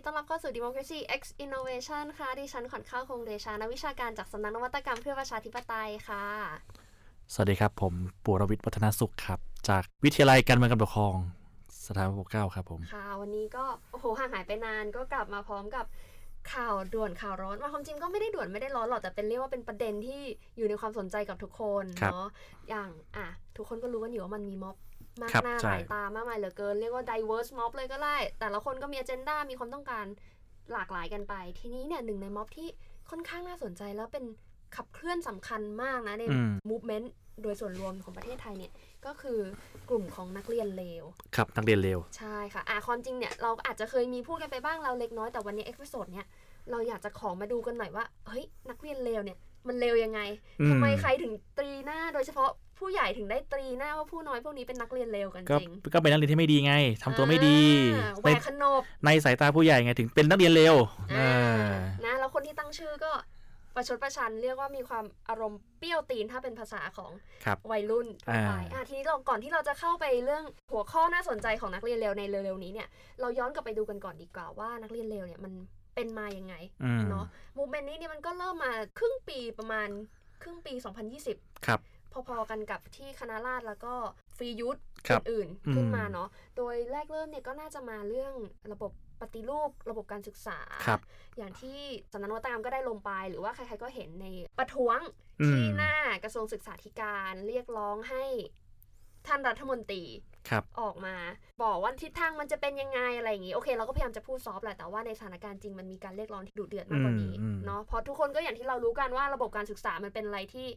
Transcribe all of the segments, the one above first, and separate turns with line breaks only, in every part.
ต้อนรับเข้าสู่ Democracy X Innovation ค่ะดิฉันขวัญข้าวคงเดชานักวิชาการจากสำนักนวัตกรรมเพื่อประชาธิปไตยค่ะ
สวัสดีครับผมปุรวิทย์วัฒนสุขครับจากวิทยาลัยการเมืองการปกครองสถาบันปกเกล้าครับผม
ค่ะวันนี้ก็ห่างหายไปนานก็กลับมาพร้อมกับข่าวด่วนข่าวร้อนความจริงก็ไม่ได้ด่วนไม่ได้ร้อนหรอกแต่เป็นเรียกว่าเป็นประเด็นที่อยู่ในความสนใจกับทุกคนเนาะอย่างทุกคนก็รู้กันอยู่ว่ามันมีม็อบมากหน้าหลายตามากมายเหลือเกินเรียกว่า diverse mob เลยก็ได้แต่ละคนก็มี agenda มีความต้องการหลากหลายกันไปทีนี้เนี่ยหนึ่งในม็อบที่ค่อนข้างน่าสนใจแล้วเป็นขับเคลื่อนสำคัญมากนะใน movement โดยส่วนรวมของประเทศไทยเนี่ยก็คือกลุ่มของนักเรียนเลว
ครับนักเรียนเลว
ใช่ค่ะความจริงเนี่ยเราอาจจะเคยมีพูดกันไปบ้างเราเล็กน้อยแต่วันนี้เอพิโซดเนี่ยเราอยากจะขอมาดูกันหน่อยว่าเฮ้ยนักเรียนเลวเนี่ยมันเลวยังไงทำไมใครถึงตรีหน้าโดยเฉพาะผู้ใหญ่ถึงได้ตรีหน้าว่าผู้น้อยพวกนี้เป็นนักเรียนเลวกันจริง
ก็เป็นนักเรียนที่ไม่ดีไงทำตัวไม่ดี
แหวกขนบ
ในสายตาผู้ใหญ่ไงถึงเป็นนักเรียนเลว
นะแล้วคนที่ตั้งชื่อก็ประชดประชันเรียกว่ามีความอารมณ์เปรี้ยวตีนถ้าเป็นภาษาของวัยรุ่นทั่วไปทีนี้ก่อนที่เราจะเข้าไปเรื่องหัวข้อน่าสนใจของนักเรียนเลวในเร็วๆนี้เนี่ยเราย้อนกลับไปดูกันก่อนดีกว่าว่านักเรียนเลวเนี่ยมันเป็นมายังไงเนาะมูฟเมนต์นี้เนี่ยมันก็เริ่มมาครึ่งปีประมาณครึ่งปี2020
ครับ
พอๆกันกับที่คณะราษฎรแล้วก็ฟรียูธอื่นๆขึ้นมาเนาะโดยแรกเริ่มเนี่ยก็น่าจะมาเรื่องระบบปฏิรูประบบการศึกษาอย่างที่สำนักนวัตกรรมก็ได้ลงไปหรือว่าใครๆก็เห็นในประท้วงที่หน้ากระทรวงศึกษาธิการเรียกร้องให้ท่านรัฐมนตรีออกมาบอกว่าทิศทางมันจะเป็นยังไงอะไรอย่างงี้โอเคเราก็พยายามจะพูดซอฟต์แหละแต่ว่าในสถานการณ์จริงมันมีการเรียกร้องที่ดุเดือดมากกว่านี้เนาะเพราะทุกคนก็อย่างที่เรารู้กันว่าระบบการศึกษามันเป็นอะไรที่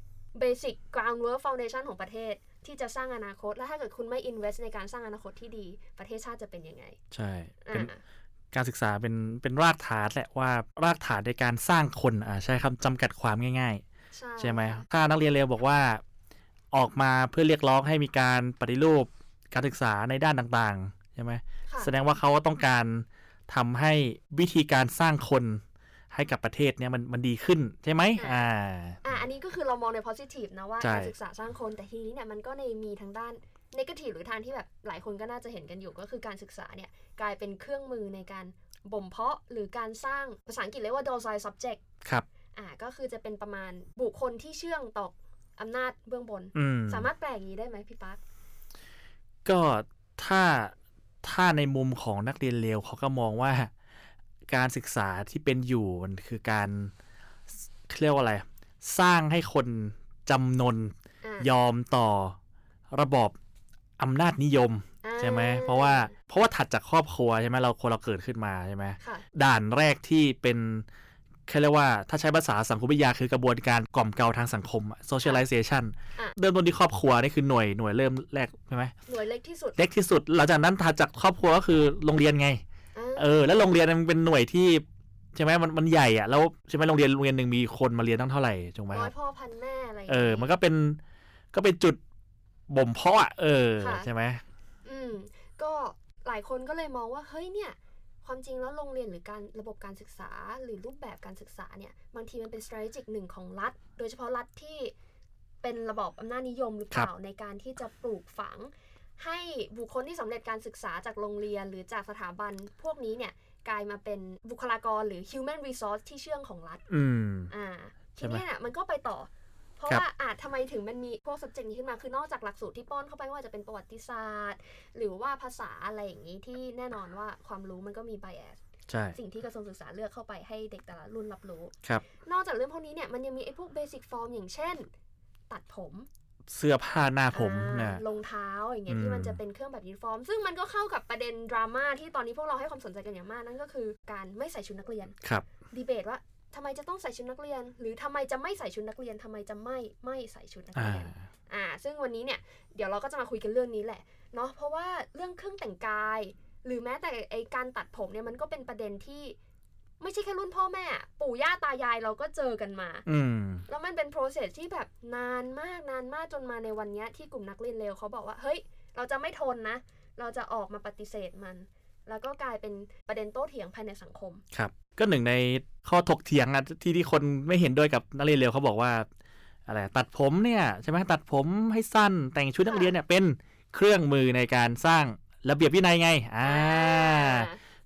basic groundwork foundation ของประเทศที่จะสร้างอนาคตและถ้าเกิดคุณไม่ invest ในการสร้างอนาคตที่ดีประเทศชาติจะเป็นยังไง
ใช่เป็นการศึกษาเป็นรากฐานแหละว่ารากฐานในการสร้างคนใช้คำจำกัดความง่ายๆใช่ไหมถ้านักเรียนเร็วบอกว่าออกมาเพื่อเรียกร้องให้มีการปฏิรูปการศึกษาในด้านต่างๆใช่ไหมแสดงว่าเขาต้องการทำให้วิธีการสร้างคนให้กับประเทศเนี่ยมันดีขึ้นใช่ไหม
อันนี้ก็คือเรามองใน positive นะว่าการศึกษาสร้างคนแต่ทีนี้เนี่ยมันก็ในมีทางด้าน negative หรือทางที่แบบหลายคนก็น่าจะเห็นกันอยู่ก็คือการศึกษาเนี่ยกลายเป็นเครื่องมือในการบ่มเพาะหรือการสร้างภาษาอังกฤษเรียกว่า docile subject
ครับ
ก็คือจะเป็นประมาณบุคคลที่เชื่องต่ออำนาจเบื้องบนสามารถแปลอย่างนี้ได้ไหมพี่ปั๊ก
ก็ถ้าในมุมของนักเรียนเลวเขาก็มองว่าการศึกษาที่เป็นอยู่มันคือการเรียกว่าอะไรสร้างให้คนจำนนยอมต่อระบอบอำนาจนิยมใช่ไหมเพราะว่าถัดจากครอบครัวใช่ไหมเราเกิดขึ้นมาใช่ไหมด่านแรกที่เป็นเรียกว่าถ้าใช้ภาษาสังคมวิทยาคือกระบวนการกล่อมเกลาทางสังคม socialization เริ่มต้นที่ครอบครัวนี่คือหน่วยเริ่มแรกใช่ไหม
หน่วยเล็กที่
สุดหลังจากนั้นถัดจากครอบครัวก็คือโรงเรียนไงแล้วโรงเรียนมันเป็นหน่วยที่ใช่ไหมมันใหญ่อ่ะแล้วใช่ไหมโรงเรียนนึงมีคนมาเรียนตั้งเท่าไหร่ถูกไหม
ร้อยพ่อพันแม่อะไร
มันก็เป็นจุดบ่มเพาะใช่ไหม
ก็หลายคนก็เลยมองว่าเฮ้ยเนี่ยความจริงแล้วโรงเรียนหรือการระบบการศึกษาหรือรูปแบบการศึกษาเนี่ยบางทีมันเป็น strategic หนึ่งของรัฐโดยเฉพาะรัฐที่เป็นระบอบอำนาจนิยมหรือเปล่าในการที่จะปลูกฝังให้บุคคลที่สำเร็จการศึกษาจากโรงเรียนหรือจากสถาบันพวกนี้เนี่ยกลายมาเป็นบุคลากรหรือ human resource ที่เชื่องของรัฐทีนี้เนี่ยมันก็ไปต่อเพราะว่าทำไมถึงมันมีพวก subject นี้ขึ้นมาคือนอกจากหลักสูตรที่ป้อนเข้าไปว่าจะเป็นประวัติศาสตร์หรือว่าภาษาอะไรอย่างนี้ที่แน่นอนว่าความรู้มันก็มี bias สิ่งที่กระทรวงศึกษาเลือกเข้าไปให้เด็กแต่ละรุ่นรับรู้นอกจากเรื่องพวกนี้เนี่ยมันยังมีไอ้พวก basic form อย่างเช่นตัดผม
เสื้อผ้าหน้าผม
รองเท้าอย่างเงี้ยที่มันจะเป็นเครื่องแบบยูนิฟอร์มซึ่งมันก็เข้ากับประเด็นดราม่าที่ตอนนี้พวกเราให้ความสนใจกันอย่างมากนั่นก็คือการไม่ใส่ชุดนักเรียนดีเบตว่าทำไมจะต้องใส่ชุดนักเรียนหรือทำไมจะไม่ใส่ชุดนักเรียนทำไมจะไม่ใส่ชุดนักเรียนซึ่งวันนี้เนี่ยเดี๋ยวเราก็จะมาคุยกันเรื่องนี้แหละเนาะเพราะว่าเรื่องเครื่องแต่งกายหรือแม้แต่ไอการตัดผมเนี่ยมันก็เป็นประเด็นที่ไม่ใช่แค่รุ่นพ่อแม่ปู่ย่าตายายเราก็เจอกันมาแล้วมันเป็น process ที่แบบนานมากจนมาในวันนี้ที่กลุ่มนักเรียนเลวเขาบอกว่าเฮ้ยเราจะไม่ทนนะเราจะออกมาปฏิเสธมันแล้วก็กลายเป็นประเด็นโต้เถียงภายในสังคม
ครับก็หนึ่งในข้อถกเถียงที่คนไม่เห็นด้วยกับนักเรียนเลวเขาบอกว่าอะไรตัดผมเนี่ยใช่ไหมตัดผมให้สั้นแต่งชุดนักเรียนเนี่ยเป็นเครื่องมือในการสร้างระเบียบวินัยไง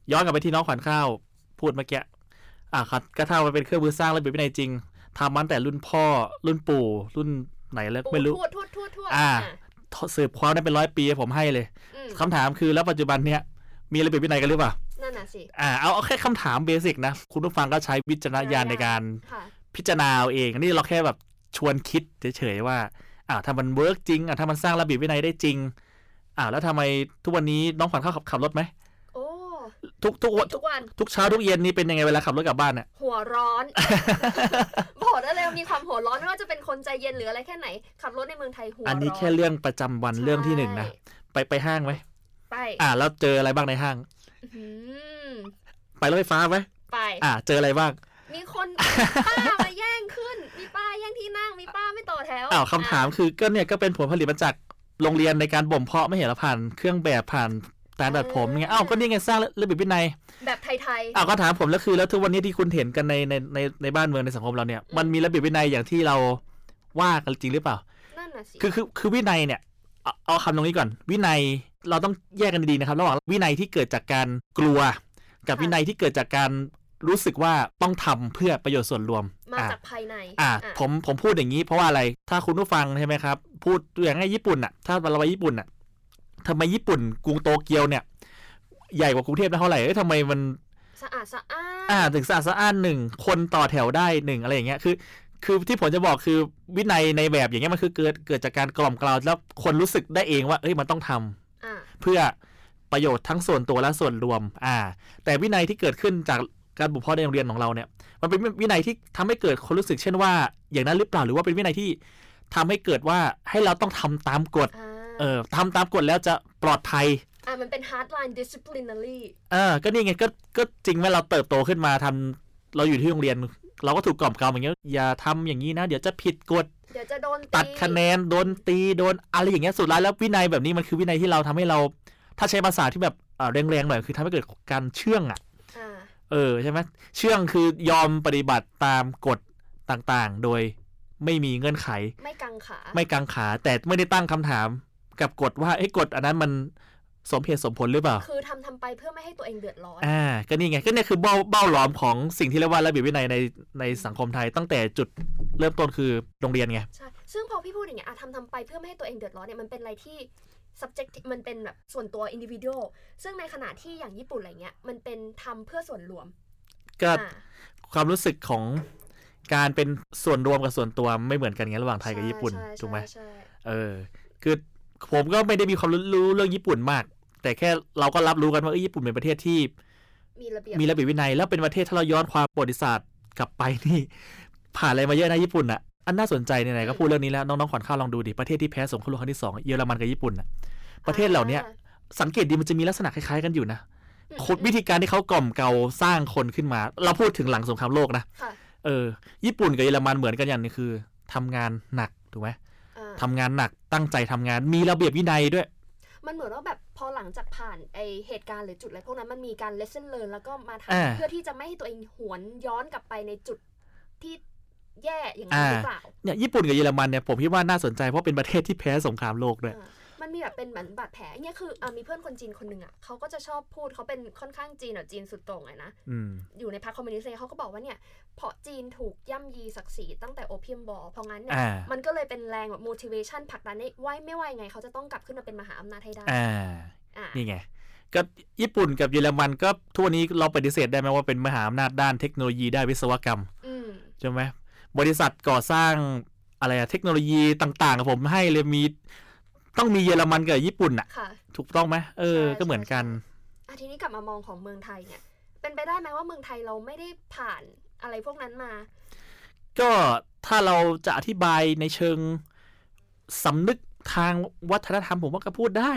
ย้อนกลับไปที่น้องขวัญข้าวพูดเมื่อกี้ครับก็เท่ามันเป็นเครื่องมือสร้างระเบียบวินัยจริงทำมาตั้งแต่รุ่นพ่อรุ่นปู่รุ่นไหนแล้วไม่รู้สืบความได้เป็น100 ปีผมให้เลยคำถามคือแล้วปัจจุบันเนี้ยมีระเบียบวินัยกันหรือเปล่า
นั่นน่ะสิ
เอาแค่คำถามเบสิกนะคุณผู้ฟังก็ใช้วิจารณญาณในการพิจารณาเอาเองนี่เราแค่แบบชวนคิดเฉยๆว่าถ้ามันเวิร์กจริงถ้ามันสร้างระเบียบวินัยได้จริงแล้วทำไมทุกวันนี้น้องขวัญเข้าขับรถไหม
โอ้
ทุกวันทุกเช้าทุกเย็นนี่เป็นยังไงเวลาขับรถกลับบ้านเนี่ย
หัวร้อน บอกได้เลยมีความหัวร้อนไม่ว่าจะเป็นคนใจเย็นหรืออะไรแค่ไหนขับรถในเมืองไทยหัวร้อน
อันนี้แค่เรื่องประจำวันเรื่องที่1นะไปห้างไหม
ไป
แล้วเจออะไรบ้างในห้างไปรถไฟฟ้าไหม
ไป
เจออะไรบ้าง
มีคนป้ามาแย่งขึ้นมีป้าแย่งที่นั่งมีป้าไม่ต่อแถว
คำถามคือก็เนี่ยก็เป็นผลผลิตมาจากโรงเรียนในการบ่มเพาะไม่เห็นหรอผ่านเครื่องแบบผ่านการดัดผมไงก็นี่ไงสร้างระเบียบวินัย
แบบไทย
ๆก็ถามผมแล้วคือแล้วทุกวันนี้ที่คุณเห็นกันในบ้านเมืองในสังคมเราเนี่ยมันมีระเบียบวินัยอย่างที่เราว่ากันจริงหรือเปล่า
นั่นน่ะสิ
คือวินัยเนี่ยเอาคำตรงนี้ก่อนวินัยเราต้องแยกกันดีๆนะครับระหว่างวินัยที่เกิดจากการกลัวกับวินัยที่เกิดจากการรู้สึกว่าต้องทำเพื่อประโยชน์ส่วนรวม
มาจากภายใน
ผมพูดอย่างนี้เพราะว่าอะไรถ้าคุณผู้ฟังใช่ไหมครับพูดอย่างง่ายญี่ปุ่นถ้าเราไปญี่ปุ่นทำไมญี่ปุ่นกรุงโตเกียวเนี่ยใหญ่กว่ากรุงเทพนะเท่าไหร่ทำไมมัน
สะอาดสะอ้าน
ถึงสะอาดสะอ้าน1คนต่อแถวได้1อะไรอย่างเงี้ยคือที่ผมจะบอกคือวินัยในแบบอย่างเงี้ยมันคือเกิดจากการกล่อมกล่าวแล้วคนรู้สึกได้เองว่ามันต้องทำเพื่อประโยชน์ทั้งส่วนตัวและส่วนรวมแต่วินัยที่เกิดขึ้นจากการบ่มเพาะในโรงเรียนของเราเนี่ยมันเป็นวินัยที่ทำให้เกิดคนรู้สึกเช่นว่าอย่างนั้นหรือเปล่าหรือว่าเป็นวินัยที่ทำให้เกิดว่าให้เราต้องทำตามกฎทำตามกฎแล้วจะปลอดภัย
มันเป็น hardline disciplinary
ก็นี่ไงก็จริงว่าเราเติบโตขึ้นมาเราอยู่ที่โรงเรียนเราก็ถูกกล่อมกล่าวอย่างเงี้ยอย่าทำอย่างนี้นะเดี๋ยวจะผิดกฎ
เดี๋ยวจะโดน
ตัดคะแนนโดนตีโดนอะไรอย่างเงี้ยสุดท้ายแล้ววินัยแบบนี้มันคือวินัยที่เราทำให้เราถ้าใช้ภาษาที่แบบแรงๆหน่อยคือทำให้เกิดการเชื่องใช่ไหมเชื่องคือยอมปฏิบัติตามกฎต่างๆโดยไม่มีเงื่อนไข
ไม่กัง
ขาแต่ไม่ได้ตั้งคำถามกับกฎว่ากฎอันนั้นมันสมเหตุสมผลหรือเปล่า
คือทำไปเพื่อไม่ให้ตัวเองเดือดร้อน
ก็นี่ไงก็เนี่ยคือเบ้าหลอมของสิ่งที่เรียกว่าระเบียบวินัยในสังคมไทยตั้งแต่จุดเริ่มต้นคือโรงเรียนไง
ใช่ซึ่งพอพี่พูดอย่างเงี้ยทำไปเพื่อไม่ให้ตัวเองเดือดร้อนเนี่ยมันเป็นอะไรที่ subject มันเป็นแบบส่วนตัว individual ซึ่งในขณะที่อย่างญี่ปุ่นอะไรเงี้ยมันเป็นทำเพื่อส่วนรวม
ก็ความรู้สึกของการเป็นส่วนรวมกับส่วนตัวไม่เหมือนกันไงระหว่างไทยกับญี่ปุ่นถูกไหมคือผมก็ไม่ได้มีความรู้เรื่องญี่ปุ่นมากแต่แค่เราก็รับรู้กันว่าญี่ปุ่นเป็นประเทศที่
มีระเบี
ยบวินัยแล้วเป็นประเทศถ้าเราย้อนความประวัติศาสตร์กลับไปนี่ผ่านอะไรมาเยอะนะญี่ปุ่นอันน่าสนใจไหนๆก็พูดเรื่องนี้แล้วน้องๆขวัญข้าวลองดูดิประเทศที่แพ้สงครามโลกครั้งที่2เยอรมันกับญี่ปุ่นประเทศเหล่านี้สังเกตดีมันจะมีลักษณะคล้ายๆกันอยู่นะวิธีการที่เขากล่อมเกลาสร้างคนขึ้นมาเราพูดถึงหลังสงครามโลกนะญี่ปุ่นกับเยอรมันเหมือนกันอย่างนึงคือทำงานหนักถูกไหมทำงานหนักตั้งใจทำงานมีระเบียบวินัยด้วย
มันเหมือนว่าแบบพอหลังจากผ่านเหตุการณ์หรือจุดอะไรพวกนั้นมันมีการ lesson learn แล้วก็มาทำเพื่อที่จะไม่ให้ตัวเองหวนย้อนกลับไปในจุดที่แย่อย่างนี้หรือเปล่า
เนี่ยญี่ปุ่นกับเยอรมันเนี่ยผมคิดว่าน่าสนใจเพราะเป็นประเทศที่แพ้สงครามโลกด้วย
มันมีแบบเป็นเหมือนบาดแผลเนี่ยคือมีเพื่อนคนจีนคนหนึ่งเขาก็จะชอบพูดเขาเป็นค่อนข้างจีนจีนสุดโต่งเลยนะอยู่ในพรรคคอมมิวนิสต์เขาก็บอกว่าเนี่ยเพราะจีนถูกย่ำยีศักดิ์ศรีตั้งแต่โอเพียมวอร์เพราะงั้นเนี่ยมันก็เลยเป็นแรงแบบ motivation ผลักดันให้ไม่ว่าไงเขาจะต้องกลับขึ้นมาเป็นมหาอำนาจให้ได้
นี่ไงก็ญี่ปุ่นกับเยอรมันก็ทั่วนี้เราปฏิเสธได้ไหมว่าเป็นมหาอำนาจด้านเทคโนโลยีด้านวิศวกรรมใช่ไหมบริษัทก่อสร้างอะไรเทคโนโลยีต่างๆผมให้เลยต้องมีเยอรมันกับญี่ปุ่นถูกต้องไหมก็เหมือนกัน
ทีนี้กลับมามองของเมืองไทยเนี่ยเป็นไปได้ไหมว่าเมืองไทยเราไม่ได้ผ่านอะไรพวกนั้นมา
ก็ถ้าเราจะอธิบายในเชิงสำนึกทางวัฒนธรรมผมว่าก็พูดได้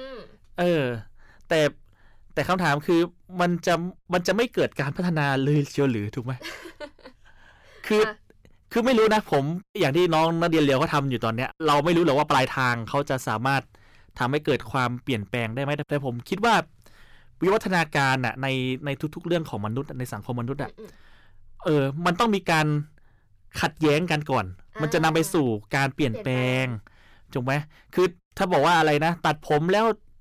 แต่คำถามคือมันจะไม่เกิดการพัฒนาเลยเชียวหรือถูกไหม คือไม่รู้นะผมอย่างที่น้องนักเรียนเรียวเขาทำอยู่ตอนเนี้ยเราไม่รู้หรอกว่าปลายทางเขาจะสามารถทำให้เกิดความเปลี่ยนแปลงได้ไหมแต่ผมคิดว่าวิวัฒนาการในทุกๆเรื่องของมนุษย์ในสังคมมนุษย์มันต้องมีการขัดแย้งกันก่อนมันจะนำไปสู่การเปลี่ยนแปลงถูกไหมคือถ้าบอกว่าอะไรนะตัดผมแล้ว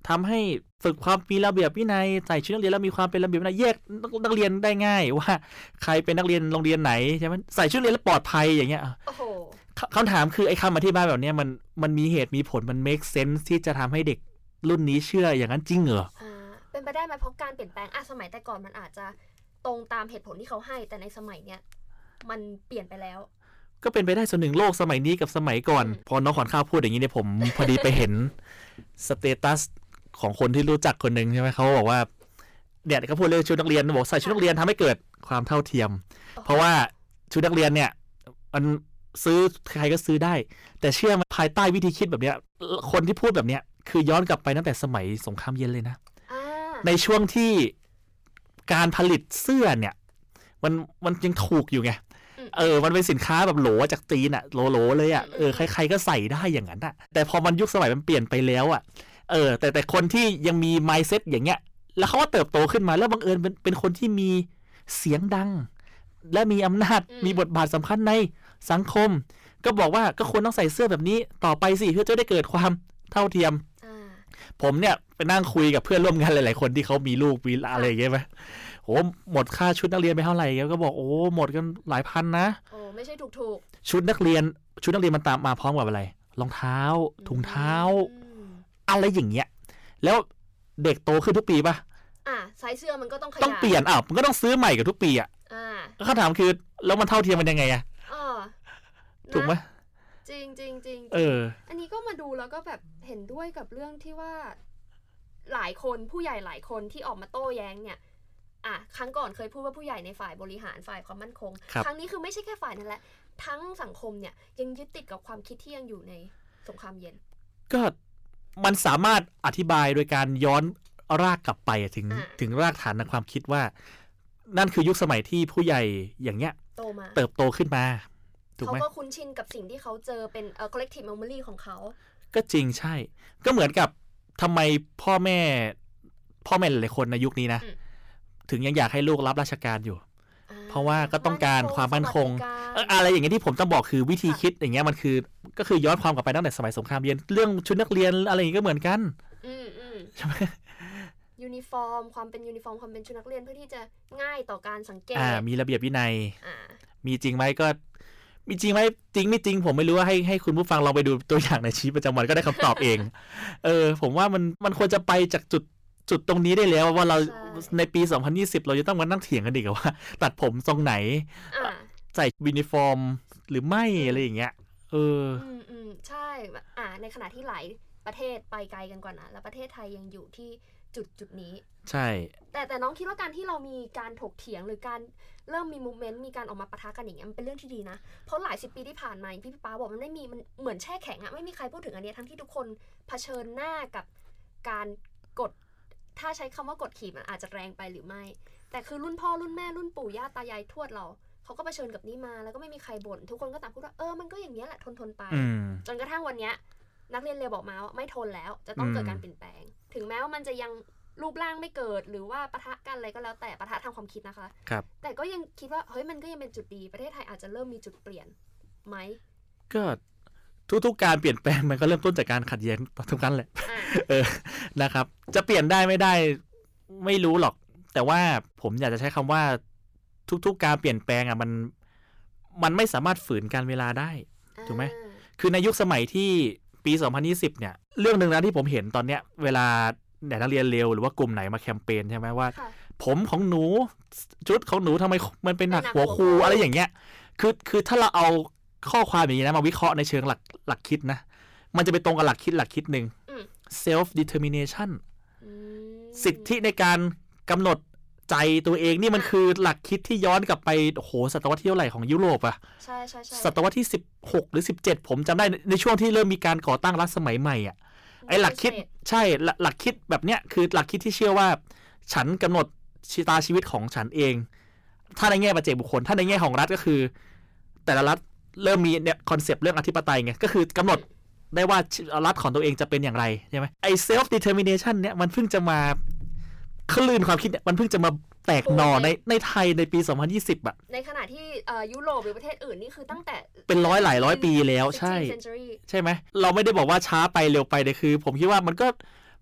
ทำให้ฝึกความมีระเบียบวินัยใส่ชุดนักเรียนแล้วมีความเป็นระเบียบวินัยแยกนักเรียนได้ง่ายว่าใครเป็นนักเรียนโรงเรียนไหนใช่ไหมใส่ชุดนักเรียนแล้วปลอดภัยอย่างเงี้ย
โอ้โห
คำถามคือไอ้คำอธิบายแบบนี้มันมีเหตุมีผลมัน make sense ที่จะทำให้เด็กรุ่นนี้เชื่ออย่างนั้นจริงเหรอ
เป็นไปได้ไหมเพราะการเปลี่ยนแปลงสมัยแต่ก่อนมันอาจจะตรงตามเหตุผลที่เขาให้แต่ในสมัยเนี้ยมันเปลี่ยนไปแล้ว
ก็เป็นไปได้ส่วนหนึ่งโลกสมัยนี้กับสมัยก่อนพอน้องขวัญข้าวพูดอย่างนี้เนี่ยผมพอดีไปเห็นสเตตัสของคนที่รู้จักคนหนึ่งใช่ไหมเขาบอกว่าเนี่ยเขาพูดเรื่องชุดนักเรียนบอกใส่ชุดนักเรียนทำให้เกิดความเท่าเทียมเพราะว่าชุดนักเรียนเนี่ยมันซื้อใครก็ซื้อได้แต่เชื่อไหมภายใต้วิธีคิดแบบเนี้ยคนที่พูดแบบเนี้ยคือย้อนกลับไปตั้งแต่สมัยสงครามเย็นเลยนะในช่วงที่การผลิตเสื้อเนี่ยมันยังถูกอยู่ไงมันเป็นสินค้าแบบโหลจากจีนอะโหลเลยอะใครๆก็ใส่ได้อย่างนั้นอะแต่พอมันยุคสมัยมันเปลี่ยนไปแล้วอะแต่คนที่ยังมี mindset อย่างเงี้ยแล้วเขาก็เติบโตขึ้นมาแล้วบังเอิญเป็นคนที่มีเสียงดังและมีอำนาจมีบทบาทสำคัญในสังคมก็บอกว่าก็ควรต้องใส่เสื้อแบบนี้ต่อไปสิเพื่อจะได้เกิดความเท่าเทียมผมเนี่ยไปนั่งคุยกับเพื่อนร่วมงานหลายๆคนที่เขามีลูกมีอะไรอย่างเงี้ยไหมโหหมดค่าชุดนักเรียนไปเท่าไหร่ก็บอกโอ้หมดกันหลายพันนะ
โอ้ไม่ใช่ถูก
ชุดนักเรียนมันตามมาพร้อมกับอะไรรองเท้าถุงเท้าอะไรอย่างเงี้ยแล้วเด็กโตขึ้นทุกปีป่ะ
ไซส์เสื้อมันก็ต้องขยาย
ต้องเปลี่ยนมันก็ต้องซื้อใหม่กับทุกปีคำถามคือแล้วมันเท่าเทียมมันยังไงถูกไหม
จริงอันนี้ก็มาดูแล้วก็แบบเห็นด้วยกับเรื่องที่ว่าหลายคนผู้ใหญ่หลายคนที่ออกมาโต้แย้งเนี่ยครั้งก่อนเคยพูดว่าผู้ใหญ่ในฝ่ายบริหารฝ่ายความมั่นคงครั้งนี้คือไม่ใช่แค่ฝ่ายนั้นแหละทั้งสังคมเนี่ยยังยึดติดกับความคิดที่ยังอยู่ในสงครามเย็น
ก็มันสามารถอธิบายโดยการย้อนรากกลับไปถึงรากฐานในความคิดว่านั่นคือยุคสมัยที่ผู้ใหญ่อย่างเงี้ยเติบโตขึ้นมา
เขาก็คุ้นชินกับสิ่งที่เขาเจอเป็น collective memory ของเขา
ก็จริงใช่ก็เหมือนกับทำไมพ่อแม่หลายคนในยุคนี้นะถึงยังอยากให้ลูกรับราชการอยู่เพราะว่าก็ต้องการความมั่นคงอะไรอย่างเงี้ยที่ผมต้องบอกคือวิธีคิดอย่างเงี้ยมันคือก็คือย้อนความกลับไปตั้งแต่สมัยสงครามเย็นเรื่องชุดนักเรียนอะไรอย่างเงี้ยก็เหมือนกันใช่ไหม
ยูนิฟอร์มความเป็นยูนิฟอร์มความเป็นชุดนักเรียนเพื่อที่จะง่ายต่อการสังเกต
มีระเบียบวินัยมีจริงไหมก็มีจริงไหมจริงไม่จริงผมไม่รู้ว่าให้คุณผู้ฟังลองไปดูตัวอย่างในชีวิตประจำวันก็ได้คำตอบเองผมว่ามันควรจะไปจากจุดตรงนี้ได้แล้วว่าเราในปี2020เราจะต้องมานั่งเถียงกันอีกว่าตัดผมทรงไหนใส่ยูนิฟอร์มหรือไม่อะไรอย่างเงี้ย
ใช่ในขณะที่หลายประเทศไปไกลกันกว่านะแล้วประเทศไทยยังอยู่ที่จุดนี้
ใช่
แต่น้องคิดว่าการที่เรามีการถกเถียงหรือการเริ่มมีมูฟเมนต์มีการออกมาปะทะกันอย่างเงี้ยมันเป็นเรื่องที่ดีนะเพราะหลาย10 ปีที่ผ่านมาพี่ป๊าบอกมันเหมือนแช่แข็งไม่มีใครพูดถึงอันนี้ทั้งที่ทุกคนเผชิญหน้ากับการกดถ้าใช้คำว่ากดขี่มันอาจจะแรงไปหรือไม่แต่คือรุ่นพ่อรุ่นแม่รุ่นปู่ย่าตายายทวดเขาก็เผชิญกับนี้มาแล้วก็ไม่มีใครบ่นทุกคนก็ต่างพูดว่ามันก็อย่างเงี้ยแหละทนไปจนกระทั่งวันเนี้ยนักเรียนเร็วบอกมาว่าไม่ทนแล้วจะต้องเกิดการเปลี่ยนแปลงถึงแม้ว่ามันจะยังรูปร่างไม่เกิดหรือว่าปะทะกันอะไรก็แล้วแต่ปะทะทางความคิดนะคะ
ครับ
แต่ก็ยังคิดว่าเฮ้ยมันก็ยังเป็นจุดดีประเทศไทยอาจจะเริ่มมีจุดเปลี่ยนไหม
ก็ทุกการเปลี่ยนแปลงมันก็เริ่มต้นจากการขัดแย้งทุกครั้งแหละนะครับจะเปลี่ยนได้ไม่ได้ไม่รู้หรอกแต่ว่าผมอยากจะใช้คำว่าทุกการเปลี่ยนแปลงมันไม่สามารถฝืนการเวลาได้ถูกไหมคือในยุคสมัยที่ปี2020เนี่ยเรื่องนึงนะที่ผมเห็นตอนเนี้ยเวลานักเรียนเลวหรือว่ากลุ่มไหนมาแคมเปญใช่ไหมว่าผมของหนูชุดของหนูทำไมมันเป็นหนักหัวครูอะไรอย่างเงี้ยคือถ้าเราเอาข้อความอย่างนี้นะมาวิเคราะห์ในเชิงหลักคิดนะมันจะไปตรงกับหลักคิดหนึ่ง self determination สิทธิในการกำหนดใจตัวเองนี่มันคือหลักคิดที่ย้อนกลับไปโหศตวรรษที่เท่าไหร่ของยุโรปอ่ะ
ใช่
ศตวรรษที่16หรือ17ผมจำได้ในช่วงที่เริ่มมีการก่อตั้งรัฐสมัยใหม่อ่ะไอ้หลักคิดใช่หลักคิดแบบเนี้ยคือหลักคิดที่เชื่อว่าฉันกำหนดชะตาชีวิตของฉันเองถ้าในแง่ปัจเจกบุคคลถ้าในแง่ของรัฐก็คือแต่ละรัฐเริ่มมีเนี่ยคอนเซปต์เรื่องอธิปไตยไงก็คือกำหนดได้ว่ารัฐของตัวเองจะเป็นอย่างไรใช่ไหมไอ้ self determination เนี่ยมันเพิ่งจะมาคลื่นความคิดเนี่ยมันเพิ่งจะมาแตกหน่อในไทยในปี2020อ่ะ
ในขณะที่ยุโรปหรือประเทศอื่นนี่คือตั้งแต่
เป็นหลายปีแล้วใช่ไหมเราไม่ได้บอกว่าช้าไปเร็วไปแต่คือผมคิดว่ามันก็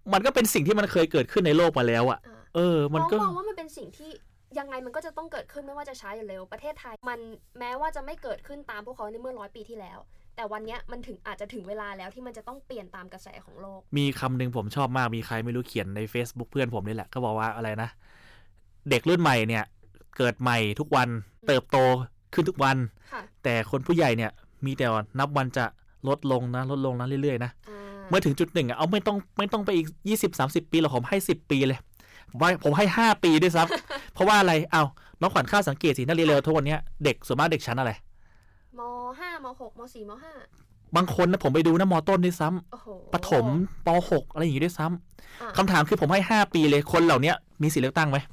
มันก็เป็นสิ่งที่มันเคยเกิดขึ้นในโลกมาแล้วอ่ะมันก็
มองว่ามันเป็นสิ่งที่ยังไงมันก็จะต้องเกิดขึ้นไม่ว่าจะช้าหรือเร็วประเทศไทยมันแม้ว่าจะไม่เกิดขึ้นตามพวกเขาในเมื่อ100 ปีที่แล้วแต่วันนี้มันอาจจะถึงเวลาแล้วที่มันจะต้องเปลี่ยนตามกระแสของโลก
มีคำหนึ่งผมชอบมากมีใครไม่รู้เขียนใน Facebook เพื่อนผมนี่แหละก็บอกว่าอะไรนะเด็กรุ่นใหม่เนี่ยเกิดใหม่ทุกวันเติบโตขึ้นทุกวันแต่คนผู้ใหญ่เนี่ยมีแต่นับวันจะลดลงนะเรื่อยๆนะเมื่อถึงจุดหนึ่งเอาไม่ต้องไปอีก 20-30 ปีหรอกผมให้10 ปีเลยผมให้5 ปีด้วยซ้ำ เพราะว่าอะไรน้องขวัญข้าสังเกตสินักเรียนเร็วทุกวันนี้เด็กส่วนมากเด็กชั้นอะไร
ม.5 ม.6 ม.4 ม.5
บางคนนะผมไปดูนะม.ต้นด้วยซ้ำประถมป.6 อะไรอย่างงี้ด้วยซ้ำคำถามคือผมให้5 ปีเลยคนเหล่านี้มีสิทธิเลือกตั้งไหม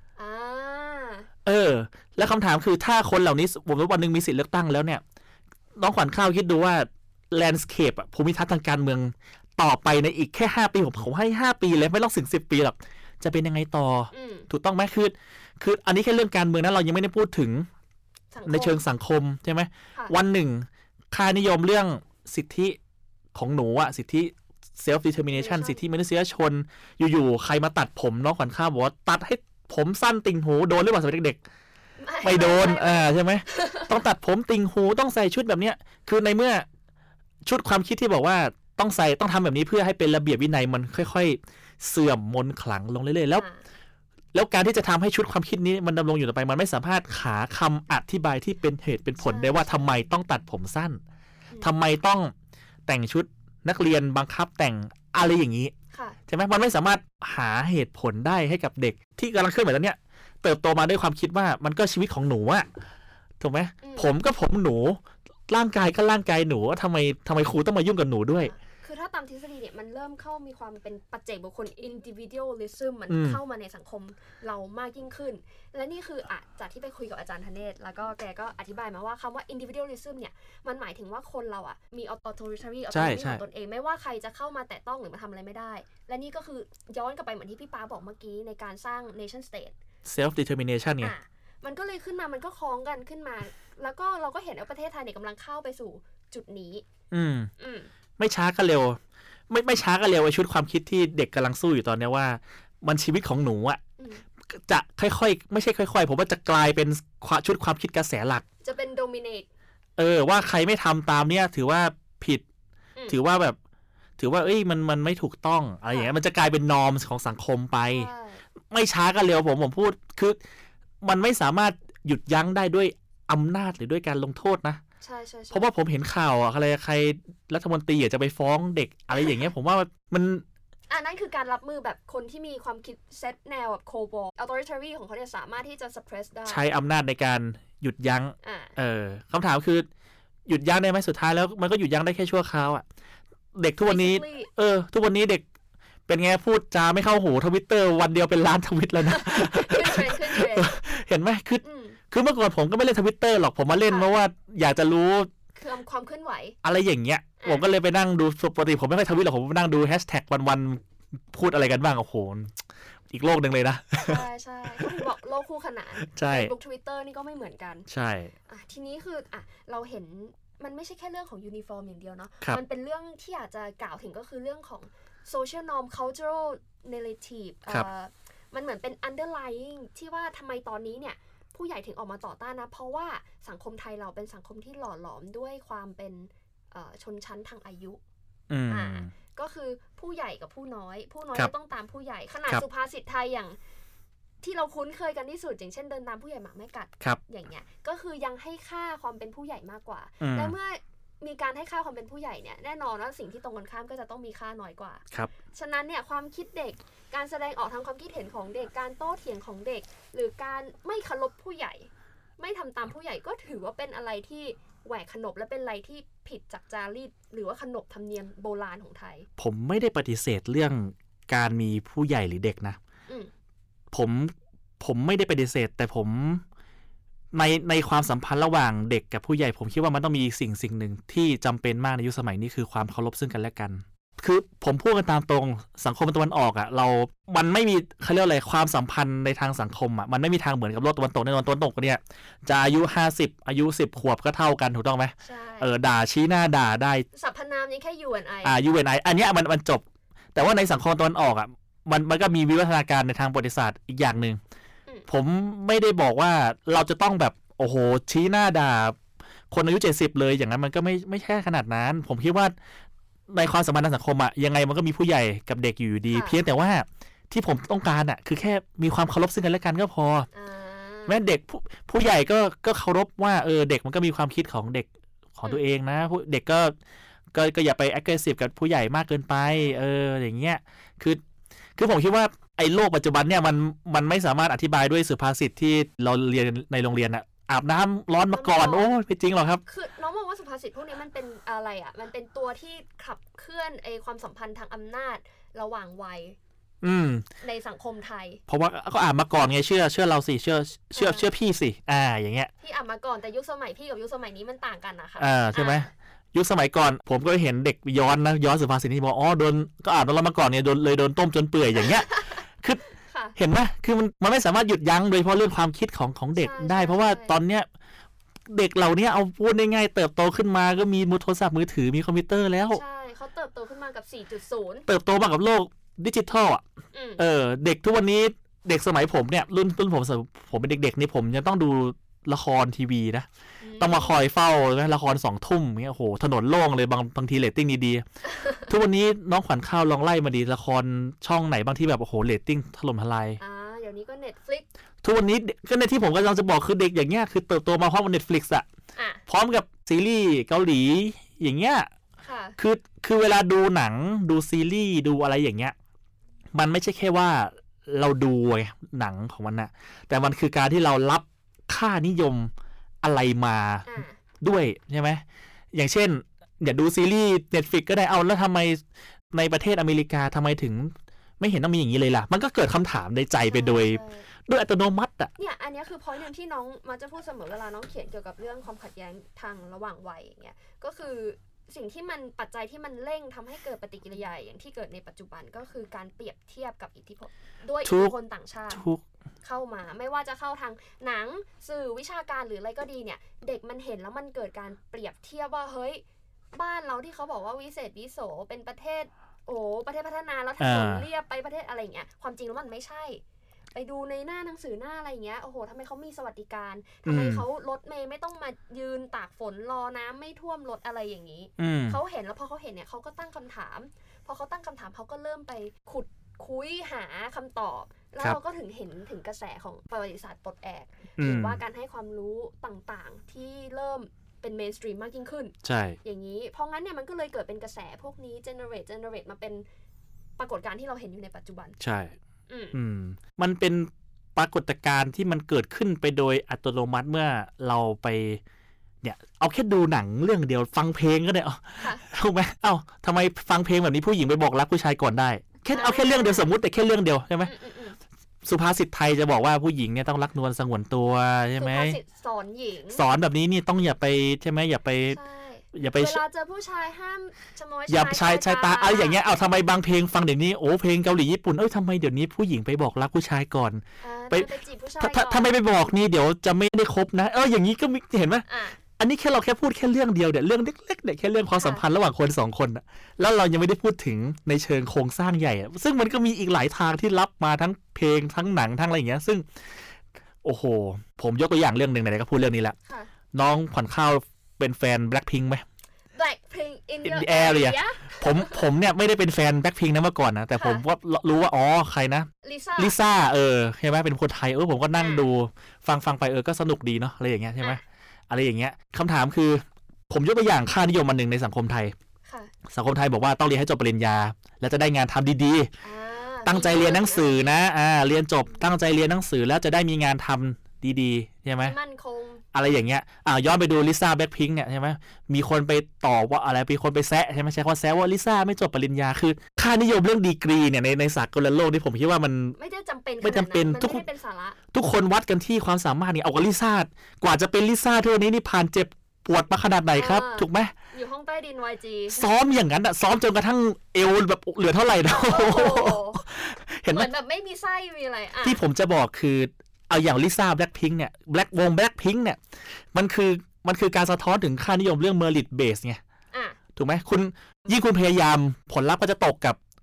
แล้วคำถามคือถ้าคนเหล่านี้วันนึงมีสิทธิเลือกตั้งแล้วเนี่ยน้องขวัญข้าวคิดดูว่าแลนด์สเคปภูมิทัศน์ทางการเมืองต่อไปในอีกแค่5 ปีผมให้5 ปีเลยไม่ต้องถึง10 ปีหรอกจะเป็นยังไงต่อถูกต้องไหมคืออันนี้แค่เรื่องการเมืองนะเรายังไม่ได้พูดถึงในเชิงสังคมใช่ไหมวันหนึ่งค่านิยมเรื่องสิทธิของหนูอะสิทธิ self determination สิทธิมนุษยชนอยู่ๆใครมาตัดผมน้องขวัญข้าวบอกว่าตัดให้ผมสั้นติ่งหูโดนหรือเปล่าสมัยเด็กๆไม่โดนใช่ไหมต้องตัดผมติ่งหูต้องใส่ชุดแบบเนี้ยคือในเมื่อชุดความคิดที่บอกว่าต้องทำแบบนี้เพื่อให้เป็นระเบียบวินัยมันค่อยๆเสื่อมมนขลังลงเรื่อยๆแล้วการที่จะทำให้ชุดความคิดนี้มันดำรงอยู่ต่อไปมันไม่สามารถหาคำอธิบายที่เป็นเหตุเป็นผลได้ว่าทำไมต้องตัดผมสั้นทำไมต้องแต่งชุดนักเรียนบังคับแต่งอะไรอย่างนี้ใช่ไหมมันไม่สามารถหาเหตุผลได้ให้กับเด็กที่กำลังเคลื่อนไหวตอนเนี้ยเติบโตมาด้วยความคิดว่ามันก็ชีวิตของหนูอะถูกไหมผมก็ผมหนูร่างกายก็ร่างกายหนูทำไมครูต้องมายุ่งกับหนูด้วย
คือถ้าตามทฤษฎีเนี่ยมันเริ่มเข้ามีความเป็นปัจเจกบุคคล individualism มันเข้ามาในสังคมเรามากยิ่งขึ้นและนี่คือจากที่ไปคุยกับอาจารย์ธเนศแล้วก็แกก็อธิบายมาว่าคำว่า individualism เนี่ยมันหมายถึงว่าคนเรามี autonomy ของตนเองไม่ว่าใครจะเข้ามาแตะต้องหรือมาทำอะไรไม่ได้และนี่ก็คือย้อนกลับไปเหมือนที่พี่ป๊าบอกเมื่อกี้ในการสร้าง nation state
self determination ไง
มันก็เลยขึ้นมามันก็คล้องกันขึ้นมาแล้วก็เราก็เห็นว่าประเทศไทยเนี่ยกำลังเข้าไปสู่จุดนี้
ไม่ช้าก็เร็วไม่ช้าก็เร็วไอ้ชุดความคิดที่เด็กกำลังสู้อยู่ตอนนี้ว่ามันชีวิตของหนูอ่ะจะค่อยๆไม่ใช่ค่อยๆผมว่าจะกลายเป็นชุดความคิดกระแสหลัก
จะเป็น dominate
ว่าใครไม่ทำตามเนี่ยถือว่าผิดถือว่ามันไม่ถูกต้องอะไรอย่างเงี้ยมันจะกลายเป็นนอร์มของสังคมไปไม่ช้าก็เร็วผมพูดคือมันไม่สามารถหยุดยั้งได้ด้วยอำนาจหรือด้วยการลงโทษนะ
ใช่
เพราะว่าผมเห็นข่าวใครรัฐมนตรีอยากจะไปฟ้องเด็กอะไรอย่างเงี้ยผมว่ามัน
นั่นคือการรับมือแบบคนที่มีความคิดเซตแนวแบบโคบอล authoritarian ของเขาเนี่ยสามารถที่จะ suppress ได้
ใช้อำนาจในการหยุดยั้งคำถามคือหยุดยั้งได้ไหมสุดท้ายแล้วมันก็หยุดยั้งได้แค่ชั่วคราวอ่ะเด็กทุกวันนี้ทุกวันนี้เด็กเป็นไงพูดจาไม่เข้าหู Twitter วันเดียวเป็นล้านทวิตแล้วนะ
ขึ้นเทรนด์
เห็นไหมคือเมื่อก่อนผมก็ไม่เล่น Twitter หรอกผมมาเล่นเพราะว่าอยากจะรู้
ความเคลื่อนไหว
อะไรอย่างเงี้ยผมก็เลยไปนั่งดูปกติผมไม่ค่อยทวิตหรอกผมไปนั่งดูแฮชแท็กวันๆพูดอะไรกันบ้างโอ้โหอีกโลกนึงเลยนะ
ใช่บอกโลกคู่ขนาน Facebook Twitter นี่ก็ไม่เหมือนกัน
ใช่
ทีนี้คือเราเห็นมันไม่ใช่แค่เรื่องของยูนิฟอร์มอย่างเดียวเนาะมันเป็นเรื่องที่อยากจะกล่าวถึงก็คือเรื่องของ social norm cultural narrative มันเหมือนเป็น underlying ที่ว่าทำไมตอนนี้เนี่ยผู้ใหญ่ถึงออกมาต่อต้านนะเพราะว่าสังคมไทยเราเป็นสังคมที่หล่อหลอมด้วยความเป็นชนชั้นทางอายุก็คือผู้ใหญ่กับผู้น้อยก็ต้องตามผู้ใหญ่ขนาดสุภาษิตไทยอย่างที่เราคุ้นเคยกันที่สุดอย่างเช่นเดินตามผู้ใหญ่หมาไม่กัดอย่างเงี้ยก็คือยังให้ค่าความเป็นผู้ใหญ่มากกว่าและเมื่อมีการให้ค่าความเป็นผู้ใหญ่เนี่ยแน่นอนว่าสิ่งที่ตรงกันข้ามก็จะต้องมีค่าน้อยกว่าฉะนั้นเนี่ยความคิดเด็กการแสดงออกทางความคิดเห็นของเด็กการโต้เถียงของเด็กหรือการไม่เคารพผู้ใหญ่ไม่ทำตามผู้ใหญ่ก็ถือว่าเป็นอะไรที่แหวกขนบและเป็นอะไรที่ผิดจากจารีตหรือว่าขนบธรรมเนียมโบราณของไทย
ผมไม่ได้ปฏิเสธเรื่องการมีผู้ใหญ่หรือเด็กนะผมไม่ได้ปฏิเสธแต่ผมในความสัมพันธ์ระหว่างเด็กกับผู้ใหญ่ผมคิดว่ามันต้องมีสิ่งหนึ่งที่จำเป็นมากในยุคสมัยนี้คือความเคารพซึ่งกันและกันคือผมพูดกันตามตรงสังคมตะวันออกมันไม่มีเขาเรียกอะไรความสัมพันธ์ในทางสังคมมันไม่มีทางเหมือนกับโลกตะวันตกในตะวันตกเนี่ยจะอายุ50อายุ10ขวบก็เท่ากันถูกต้องไหม
ใช่
ด่าชี้หน้าด่าได้
สรรพนามยังแค่ UNI
UNI อันนี้มันจบแต่ว่าในสังคมตะวันออกอ่ะมันก็มีวิวัฒนาการในทางประวัติศาสตร์อีกอย่างหนึ่งผมไม่ได้บอกว่าเราจะต้องแบบโอ้โหชี้หน้าด่าคนอายุ70เลยอย่างนั้นมันก็ไม่ใช่ขนาดนั้นผมคิดว่าในความสัมพันธ์ทางสังคมอ่ะยังไงมันก็มีผู้ใหญ่กับเด็กอยู่ดีเพียงแต่ว่าที่ผมต้องการอ่ะคือแค่มีความเคารพซึ่งกันและกันก็พอแม้เด็กผู้ใหญ่ก็เคารพว่าเด็กมันก็มีความคิดของเด็กของตัวเองนะเด็กก็อย่าไป aggressive กับผู้ใหญ่มากเกินไปอย่างเงี้ยคือผมคิดว่าไอ้โลกปัจจุบันเนี่ยมันไม่สามารถอธิบายด้วยสุภาษิตที่เราเรียนในโรงเรียนอะอาบน้ำร้อนมาก่อนโอ้ไม่จริงหรอกครับ
คือน้องมองว่าสุภาษิตพวกนี้มันเป็นอะไรอ่ะมันเป็นตัวที่ขับเคลื่อนความสัมพันธ์ทางอำนาจระหว่างวัยในสังคมไทย
เพราะว่าก็อ่านมาก่อนไงเชื่อเราสิเชื่อพี่สิอย่างเงี้ย
พี่อ่านมาก่อนแต่ยุคสมัยพี่กับยุคสมัยนี้มันต่างกันนะคะ
ใช่ไหมยุคสมัยก่อนผมก็เห็นเด็กย้อนสุภาษิตนี้บอกโดนก็อ่านเรามาก่อนเนี่ยโดนต้มจนเปื่อยอย่างเงี้ยคือเห็นไหมคือมันไม่สามารถหยุดยั้งโดยเฉพาะเรื่องความคิดของเด็กได้เพราะว่าตอนเนี้ยเด็กเหล่านี้เอาพูดง่ายๆเติบโตขึ้นมาก็มีโทรศัพท์มือถือมีคอมพิวเตอร์แล้ว
ใช่เขาเติบโตขึ้นมากับ 4.0
เติบโตมากับโลกดิจิทัลอ่ะเด็กทุกวันนี้เด็กสมัยผมเนี่ยรุ่นผมเป็นเด็กๆนี่ผมยังต้องดูละครทีวีนะต้องมาคอยเฝ้าละคร2 ทุ่มเงี้ยโอ้โหถนนโล่งเลยบางทีเรตติ้งดีๆทุกวันนี้น้องขวัญข้าวลองไล่มาดีละครช่องไหนบางที่แบบโอ้โหเรตติ้งถล่มทลาย
เดี๋ยวนี้ก็ Netflix
ทุกวันนี้ก็ในที่ผมกำลังจะบอกคือเด็กอย่างเงี้ยคือเติบโตมาพร้อมกับ Netflix อ่ะพร้อมกับซีรีส์เกาหลีอย่างเงี้ยคือเวลาดูหนังดูซีรีส์ดูอะไรอย่างเงี้ยมันไม่ใช่แค่ว่าเราดูหนังของมันนะแต่มันคือการที่เรารับค่านิยมอะไรมาด้วยใช่ไหมอย่างเช่นเดี๋ยวดูซีรีส์ Netflix ก็ได้เอาแล้วทำไมในประเทศอเมริกาทำไมถึงไม่เห็นต้องมีอย่างนี้เลยล่ะมันก็เกิดคำถามในใจไปโดยอัตโนมัติอ่ะ
เนี่ยอันนี้คือ point นึงที่น้องมาจะพูดเสมอเวลาน้องเขียนเกี่ยวกับเรื่องความขัดแย้งทางระหว่างวัยอย่างเงี้ยก็คือสิ่งที่มันปัจจัยที่มันเร่งทำให้เกิดปฏิกิริยาอย่างที่เกิดในปัจจุบันก็คือการเปรียบเทียบกับอิทธิพลด้วยอิทธิพลต่างชาติเข้ามาไม่ว่าจะเข้าทางหนังสื่อวิชาการหรืออะไรก็ดีเนี่ยเด็กมันเห็นแล้วมันเกิดการเปรียบเทียบว่าเฮ้ยบ้านเราที่เขาบอกว่าวิเศษวิโสเป็นประเทศประเทศพัฒนาแล้วถนนเรียบไปประเทศอะไรอย่างเงี้ยความจริงแล้วมันไม่ใช่ไปดูในหน้าหนังสือหน้าอะไรอย่างเงี้ยโอ้โหทำไมเขามีสวัสดิการทำไมเขารถเมย์ไม่ต้องมายืนตากฝนรอน้ำไม่ท่วมรถอะไรอย่างนี้เขาเห็นแล้วพอเขาเห็นเนี่ยเขาก็ตั้งคำถามพอเขาตั้งคำถามเขาก็เริ่มไปขุดคุยหาคำตอบแล้วเราก็ถึงเห็นถึงกระแสของประวัติศาสตร์ปลดแอกหรือว่าการให้ความรู้ต่างๆที่เริ่มเป็นเมนสตรีมมากยิ่งขึ้น
ใช่
อย่างนี้เพราะงั้นเนี่ยมันก็เลยเกิดเป็นกระแสพวกนี้เจเนเรตมาเป็นปรากฏการณ์ที่เราเห็นอยู่ในปัจจุบัน
ใช่มันเป็นปรากฏการณ์ที่มันเกิดขึ้นไปโดยอัตโนมัติเมื่อเราไปเนี่ยเอาแค่ดูหนังเรื่องเดียวฟังเพลงก็ได้ถูกไหมทำไมฟังเพลงแบบนี้ผู้หญิงไปบอกรักผู้ชายก่อนได้เอาแค่เรื่องเดียวสมมุติแต่แค่เรื่องเดียวใช่ไหมสุภาษิตไทยจะบอกว่าผู้หญิงเนี่ยต้องรักนวลสงวนตัวใช่ไหม
สุภาษิตสอนหญิง
สอนแบบนี้นี่ต้องอย่าไปใช่ไหมอย่าไปเว
ลาเจอผู้ชายห้ามชะม้อย
อย่าชายตาอะไรอย่างเงี้ยทำไมบางเพลงฟังเดี๋ยวนี้เพลงเกาหลีญี่ปุ่นทำไมเดี๋ยวนี้ผู้หญิงไปบอกรักผู้ชายก่อน
ไปจีบผู้ชายก่อน
ถ้าไม่ไปบอกนี่เดี๋ยวจะไม่ได้คบนะอย่างนี้ก็เห็นไหมอันนี้แค่เราแค่พูดแค่เรื่องเดียวเรื่องเล็กๆเนี่ยแค่เรื่องความสัมพันธ์ระหว่างคน2 คนแล้วเรายังไม่ได้พูดถึงในเชิงโครงสร้างใหญ่ซึ่งมันก็มีอีกหลายทางที่รับมาทั้งเพลงทั้งหนังทั้งอะไรอย่างเงี้ยซึ่งโอ้โหผมยกตัวอย่างเรื่องนึงไหนๆก็พูดเรื่องนี้แล้วน้องขวัญข้าวเป็นแฟน Blackpink ไหม
Blackpink in your
area ผมเนี่ยไม่ได้เป็นแฟน Blackpink นะเมื่อก่อนนะแต่ผมก็รู้ว่าใครนะลิซ่าใช่ไหมเป็นคนไทยผมก็นั่งดูฟังไปก็สนุกดีเนาะอะไรอย่างเงี้ยใช่ไหมอะไรอย่างเงี้ยคำถามคือผมยกตัวอย่างค่านิยมอันหนึ่งในสังคมไทยสังคมไทยบอกว่าต้องเรียนให้จบปริญญาแล้วจะได้งานทำดีๆตั้งใจเรียนหนังสือนะเรียนจบตั้งใจเรียนหนังสือแล้วจะได้มีงานทำดีๆใช่ไหม
มั่นคง
อะไรอย่างเงี้ยย้อนไปดูลิซ่าแบล็คพิงค์เนี่ยใช่ไหมมีคนไปต่อว่าอะไรมีคนไปแซะใช่ไหมใช่เขาแซะว่าลิซ่าไม่จบปริญญาคือค่านิยมเรื่องดีกรีเนี่ยในสากลโลกนี่ผมคิดว่ามัน
ไม่ได้จำเป็น
ทุกคนวัดกันที่ความสามารถนี่เอากับลิซ่ากว่าจะเป็นลิซ่าทุกวันนี้นี่ผ่านเจ็บปวดมาขนาดไหนครับถูกไหม
อยู่ห้องใต้ดิน YG
ซ้อมอย่างนั้นซ้อมจนกระทั่งเอวแบบเหลือเท่าไหร่นะ
เห็นไหมเหมือนแบบไม่มีไส้มีอะไร
ที่ผมจะบอกคือเอาอย่างลิซ่าแบล็คพิงค์เนี่ยวงแบล็คพิงค์เนี่ยมันคือการสะท้อนถึงค่านิยมเรื่องเมอริตเบสไงถูกไหมคุณพยายามผลลัพธ์ก็จะตกกับ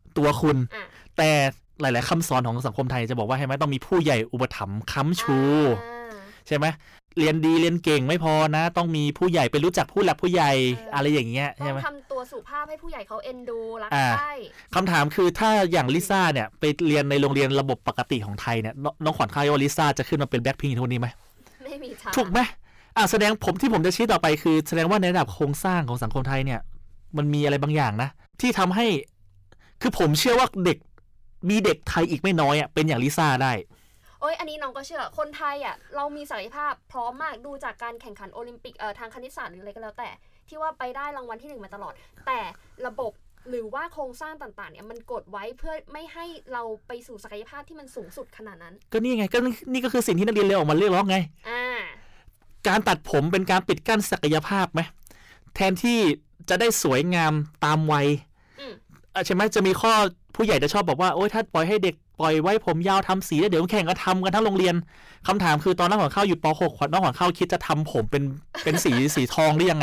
ตัวคุณแต่หลายๆคำสอนของสังคมไทยจะบอกว่าให้ไหมต้องมีผู้ใหญ่อุปถัมภ์ค้ำชูใช่ไหมเรียนดีเรียนเก่งไม่พอนะต้องมีผู้ใหญ่ไปรู้จักผู้หลักผู้ใหญ่อะไรอย่างเงี้ยใช่ไหม
ต้องทำตัวสุภาพให้ผู้ใหญ่เขาเอ็นดูรักใคร่
คำถามคือถ้าอย่างลิซ่าเนี่ยไปเรียนในโรงเรียนระบบปกติของไทยเนี่ยน้องขวัญคาดว่าลิซ่าจะขึ้นมาเป็นแบล็คพิงค์ทุกนี้ไหม
ไม่มีทาง
ถูกไหมแสดงผมจะชี้ต่อไปคือแสดงว่าในระดับโครงสร้างของสังคมไทยเนี่ยมันมีอะไรบางอย่างนะที่ทำให้คือผมเชื่อว่าเด็กไทยอีกไม่น้อยเป็นอย่างลิซ่าได้
โอ้ยอันนี้น้องก็เชื่อคนไทยเรามีศักยภาพพร้อมมากดูจากการแข่งขันโอลิมปิกทางคณิตศาสตร์หรืออะไรก็แล้วแต่ที่ว่าไปได้รางวัลที่1มาตลอดแต่ระบบหรือว่าโครงสร้างต่างๆเนี่ยมันกดไว้เพื่อไม่ให้เราไปสู่ศักยภาพที่มันสูงสุดขนาดนั้น
ก็นี่ไงก็นี่ก็คือสิ่งที่นักเรียนเลวออกมาเรียกร้องไงการตัดผมเป็นการปิดกั้นศักยภาพไหมแทนที่จะได้สวยงามตามวัยใช่ไหมจะมีข้อผู้ใหญ่จะชอบบอกว่าโอ๊ยถ้าปล่อยให้เด็กปล่อยไว้ผมยาวทำสีแล้วเดี๋ยวแข่งก็ทำกันทั้งโรงเรียนคำถามคือตอนน้องขวัญเข้าอยู่ป .6 น้องขวัญเข้าคิดจะทำผมเป็นสีทองหรือยัง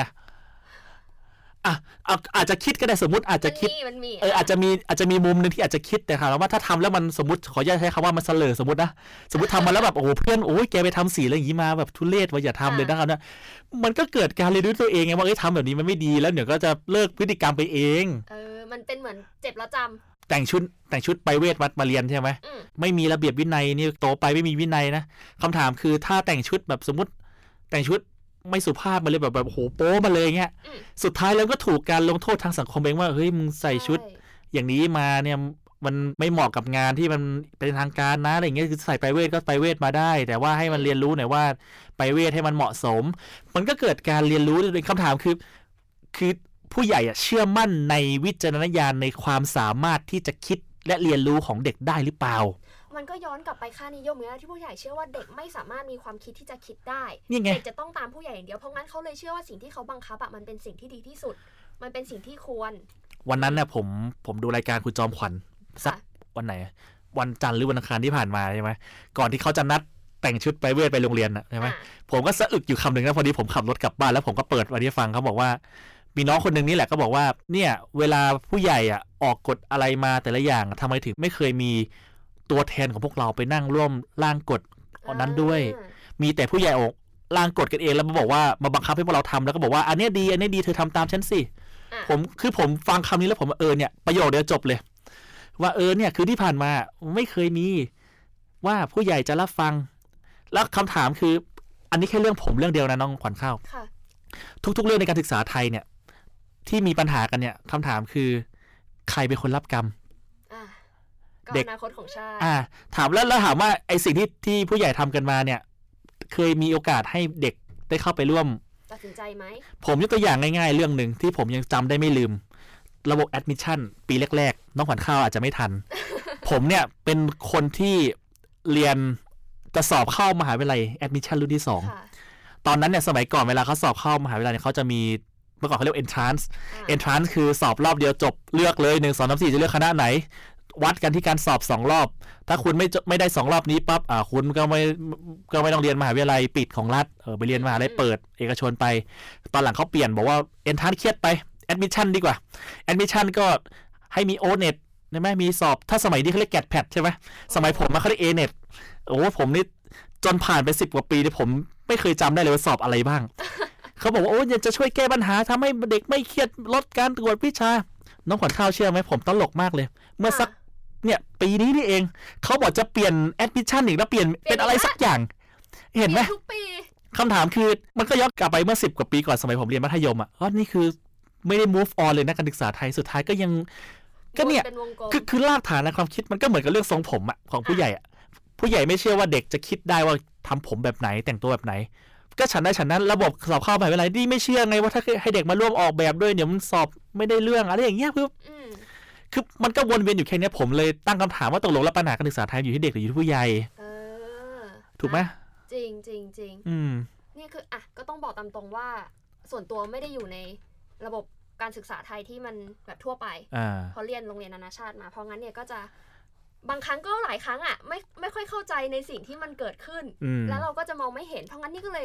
อาจจะคิดก็ได้สมมติอาจจะคิดอาจจะมีมุมนึงที่อาจจะคิดแต่ค่ะว่าถ้าทำแล้วมันสมมติขออนุญาตใช้คำว่ามันเสลอสมมตินะสมมติทำมาแล้วแบบโอ้โหเพื่อนโอ้ยแกไปทำสีอะไรอย่างนี้มาแบบทุเรศว่าอย่าทำเลยนะครับนะมันก็เกิดการเรียนรู้ตัวเองไงว่าทำแบบนี้มันไม่ดีแล้วเดี๋ยวก็จะเลิกพฤติกรรมไปเอง
มันเป็นเหมือนเจ็บแล้วจำ
แต่งชุดไปเวทมาเรียนใช่ไหมไม่มีระเบียบวินัยนี่โตไปไม่มีวินัยนะคำถามคือถ้าแต่งชุดแบบสมมติแต่งชุดไม่สุภาพมาเลยแบบโอ้โหโป๊มาเลยเงี้ยสุดท้ายแล้วก็ถูกการลงโทษทางสังคมเองว่าเฮ้ยมึงใส่ชุดอย่างนี้มาเนี่ยมันไม่เหมาะกับงานที่มันเป็นทางการนะอะไรเงี้ยคือใส่ไปเวทก็ไปเวทมาได้แต่ว่าให้มันเรียนรู้หน่อยว่าไปเวทให้มันเหมาะสมมันก็เกิดการเรียนรู้ด้วยคำถามคือผู้ใหญ่เชื่อมั่นในวิจารณญาณในความสามารถที่จะคิดและเรียนรู้ของเด็กได้หรือเปล่า
มันก็ย้อนกลับไปค่านิยมเนี่ยที่ผู้ใหญ่เชื่อว่าเด็กไม่สามารถมีความคิดที่จะคิดได้เด็กจะต้องตามผู้ใหญ่อย่างเดียวเพราะงั้นเขาเลยเชื่อว่าสิ่งที่เขาบังคับมันเป็นสิ่งที่ดีที่สุดมันเป็นสิ่งที่ควร
วันนั้นเนี่ยผมดูรายการคุณจอมขวัญสักวันไหนวันจันทร์หรือวันอังคารที่ผ่านมาใช่ไหมก่อนที่เขาจะนัดแต่งชุดไปเวทไปโรงเรียนใช่ไหมผมก็สะอึกอยู่คำหนึ่งนะพอดีผมขับรถกลับบ้านแล้วผมก็เปิดวันนี้ฟังเขาบอกว่ามีน้องคนหนึ่งนี่แหละก็บอกว่าเนี่ยเวลาผู้ใหญ่ออกกฎอะไรมาแต่ละอย่างทำไมถึงไม่เคยมีตัวแทนของพวกเราไปนั่งร่วมร่างกฎนั้นด้วยมีแต่ผู้ใหญ่ออกร่างกฎกันเองแล้วมาบอกว่ามาบังคับให้พวกเราทำแล้วก็บอกว่าอันนี้ดีเธอทำตามฉันสิผมฟังคำนี้แล้วผมเนี่ยประโยคเดียวจบเลยว่าเนี่ยคือที่ผ่านมาไม่เคยมีว่าผู้ใหญ่จะรับฟังแล้วคำถามคืออันนี้แค่เรื่องผมเรื่องเดียวนะน้องขวัญข้าวทุกๆเรื่องในการศึกษาไทยเนี่ยที่มีปัญหากันเนี่ยคำถามคือใครเป็นคนรับกรรม
เด็กอนาคตของชาติ
ถามแล้วถามว่าไอ้สิ่งที่ผู้ใหญ่ทำกันมาเนี่ยเคยมีโอกาสให้เด็กได้เข้าไปร่วม
ตัดสินใจไหม
ผมยกตัวอย่างง่ายๆเรื่องหนึ่งที่ผมยังจำได้ไม่ลืมระบบแอดมิชชั่นปีแรกๆน้องขวัญข้าวอาจจะไม่ทัน ผมเนี่ยเป็นคนที่เรียนจะสอบเข้ามหาวิทยาลัยแอดมิชชั่นรุ่นที่2ตอนนั้นเนี่ยสมัยก่อนเวลาเขาสอบเข้ามหาวิทยาลัยเขาจะมีเมื่อก่อนเขาเรียก entrance คือสอบรอบเดียวจบเลือกเลย1 2 3 4จะเลือกคณะไหนวัดกันที่การสอบ2รอบถ้าคุณไม่ได้2รอบนี้ปั๊บคุณก็ไม่ต้องเรียนมหาวิทยาลัยปิดของรัฐไปเรียนมหาวิทยาลัยเปิดเอกชนไปตอนหลังเขาเปลี่ยนบอกว่า entrance เครียดไป admission ดีกว่า admission ก็ให้มี O-net ใช่ไหมมีสอบถ้าสมัยนี้เขาเรียก GAT-PAT ใช่ไหมสมัยผมเขาเรียก A-net โอ้ผมนี่จนผ่านไป10 กว่าปีเนี่ยผมไม่เคยจำได้เลยว่าสอบอะไรบ้าง เขาบอกว่าโอ้ยจะช่วยแก้ปัญหาทำให้เด็กไม่เครียดลดการตรวจวิชาน้องขวัญข้าวเชื่อไหมผมตลกมากเลยเมื่อสักเนี่ยปีนี้นี่เองเขาบอกจะเปลี่ยนแอดมิชชั่นอีกแล้วเปลี่ยนเป็นอะไรสักอย่างเห็นไหม
ทุกปี
คำถามคือมันก็ย้อนกลับไปเมื่อ10 กว่าปีก่อนสมัยผมเรียนมัธยมนี่คือไม่ได้ move on เลยนะการศึกษาไทยสุดท้ายก็ยังก็เนี่ยคือรากฐานในความคิดมันก็เหมือนกับเรื่องทรงผมของผู้ใหญ่ผู้ใหญ่ไม่เชื่อว่าเด็กจะคิดได้ว่าทำผมแบบไหนแต่งตัวแบบไหนก็ฉันได้ฉันนั้นระบบสอบเข้ามหาวิทยาลัยนี่ไม่เชื่อไงว่าถ้าให้เด็กมาร่วมออกแบบด้วยเดี๋ยวมันสอบไม่ได้เรื่องอะไรอย่างเงี้ยคือมันก็วนเวียนอยู่แค่นี้ผมเลยตั้งคำถามว่าตกลงแล้วปัญหาการศึกษาไทยอยู่ที่เด็กหรืออยู่ที่ผู้ใหญ่ถูกไหม
จริงนี่คือก็ต้องบอกตามตรงว่าส่วนตัวไม่ได้อยู่ในระบบการศึกษาไทยที่มันแบบทั่วไปเพราะเรียนโรงเรียนนานาชาติมาเพราะงั้นเนี่ยก็จะบางครั้งก็หลายครั้งไม่ค่อยเข้าใจในสิ่งที่มันเกิดขึ้นแล้วเราก็จะมองไม่เห็นเพราะงั้นนี่ก็เลย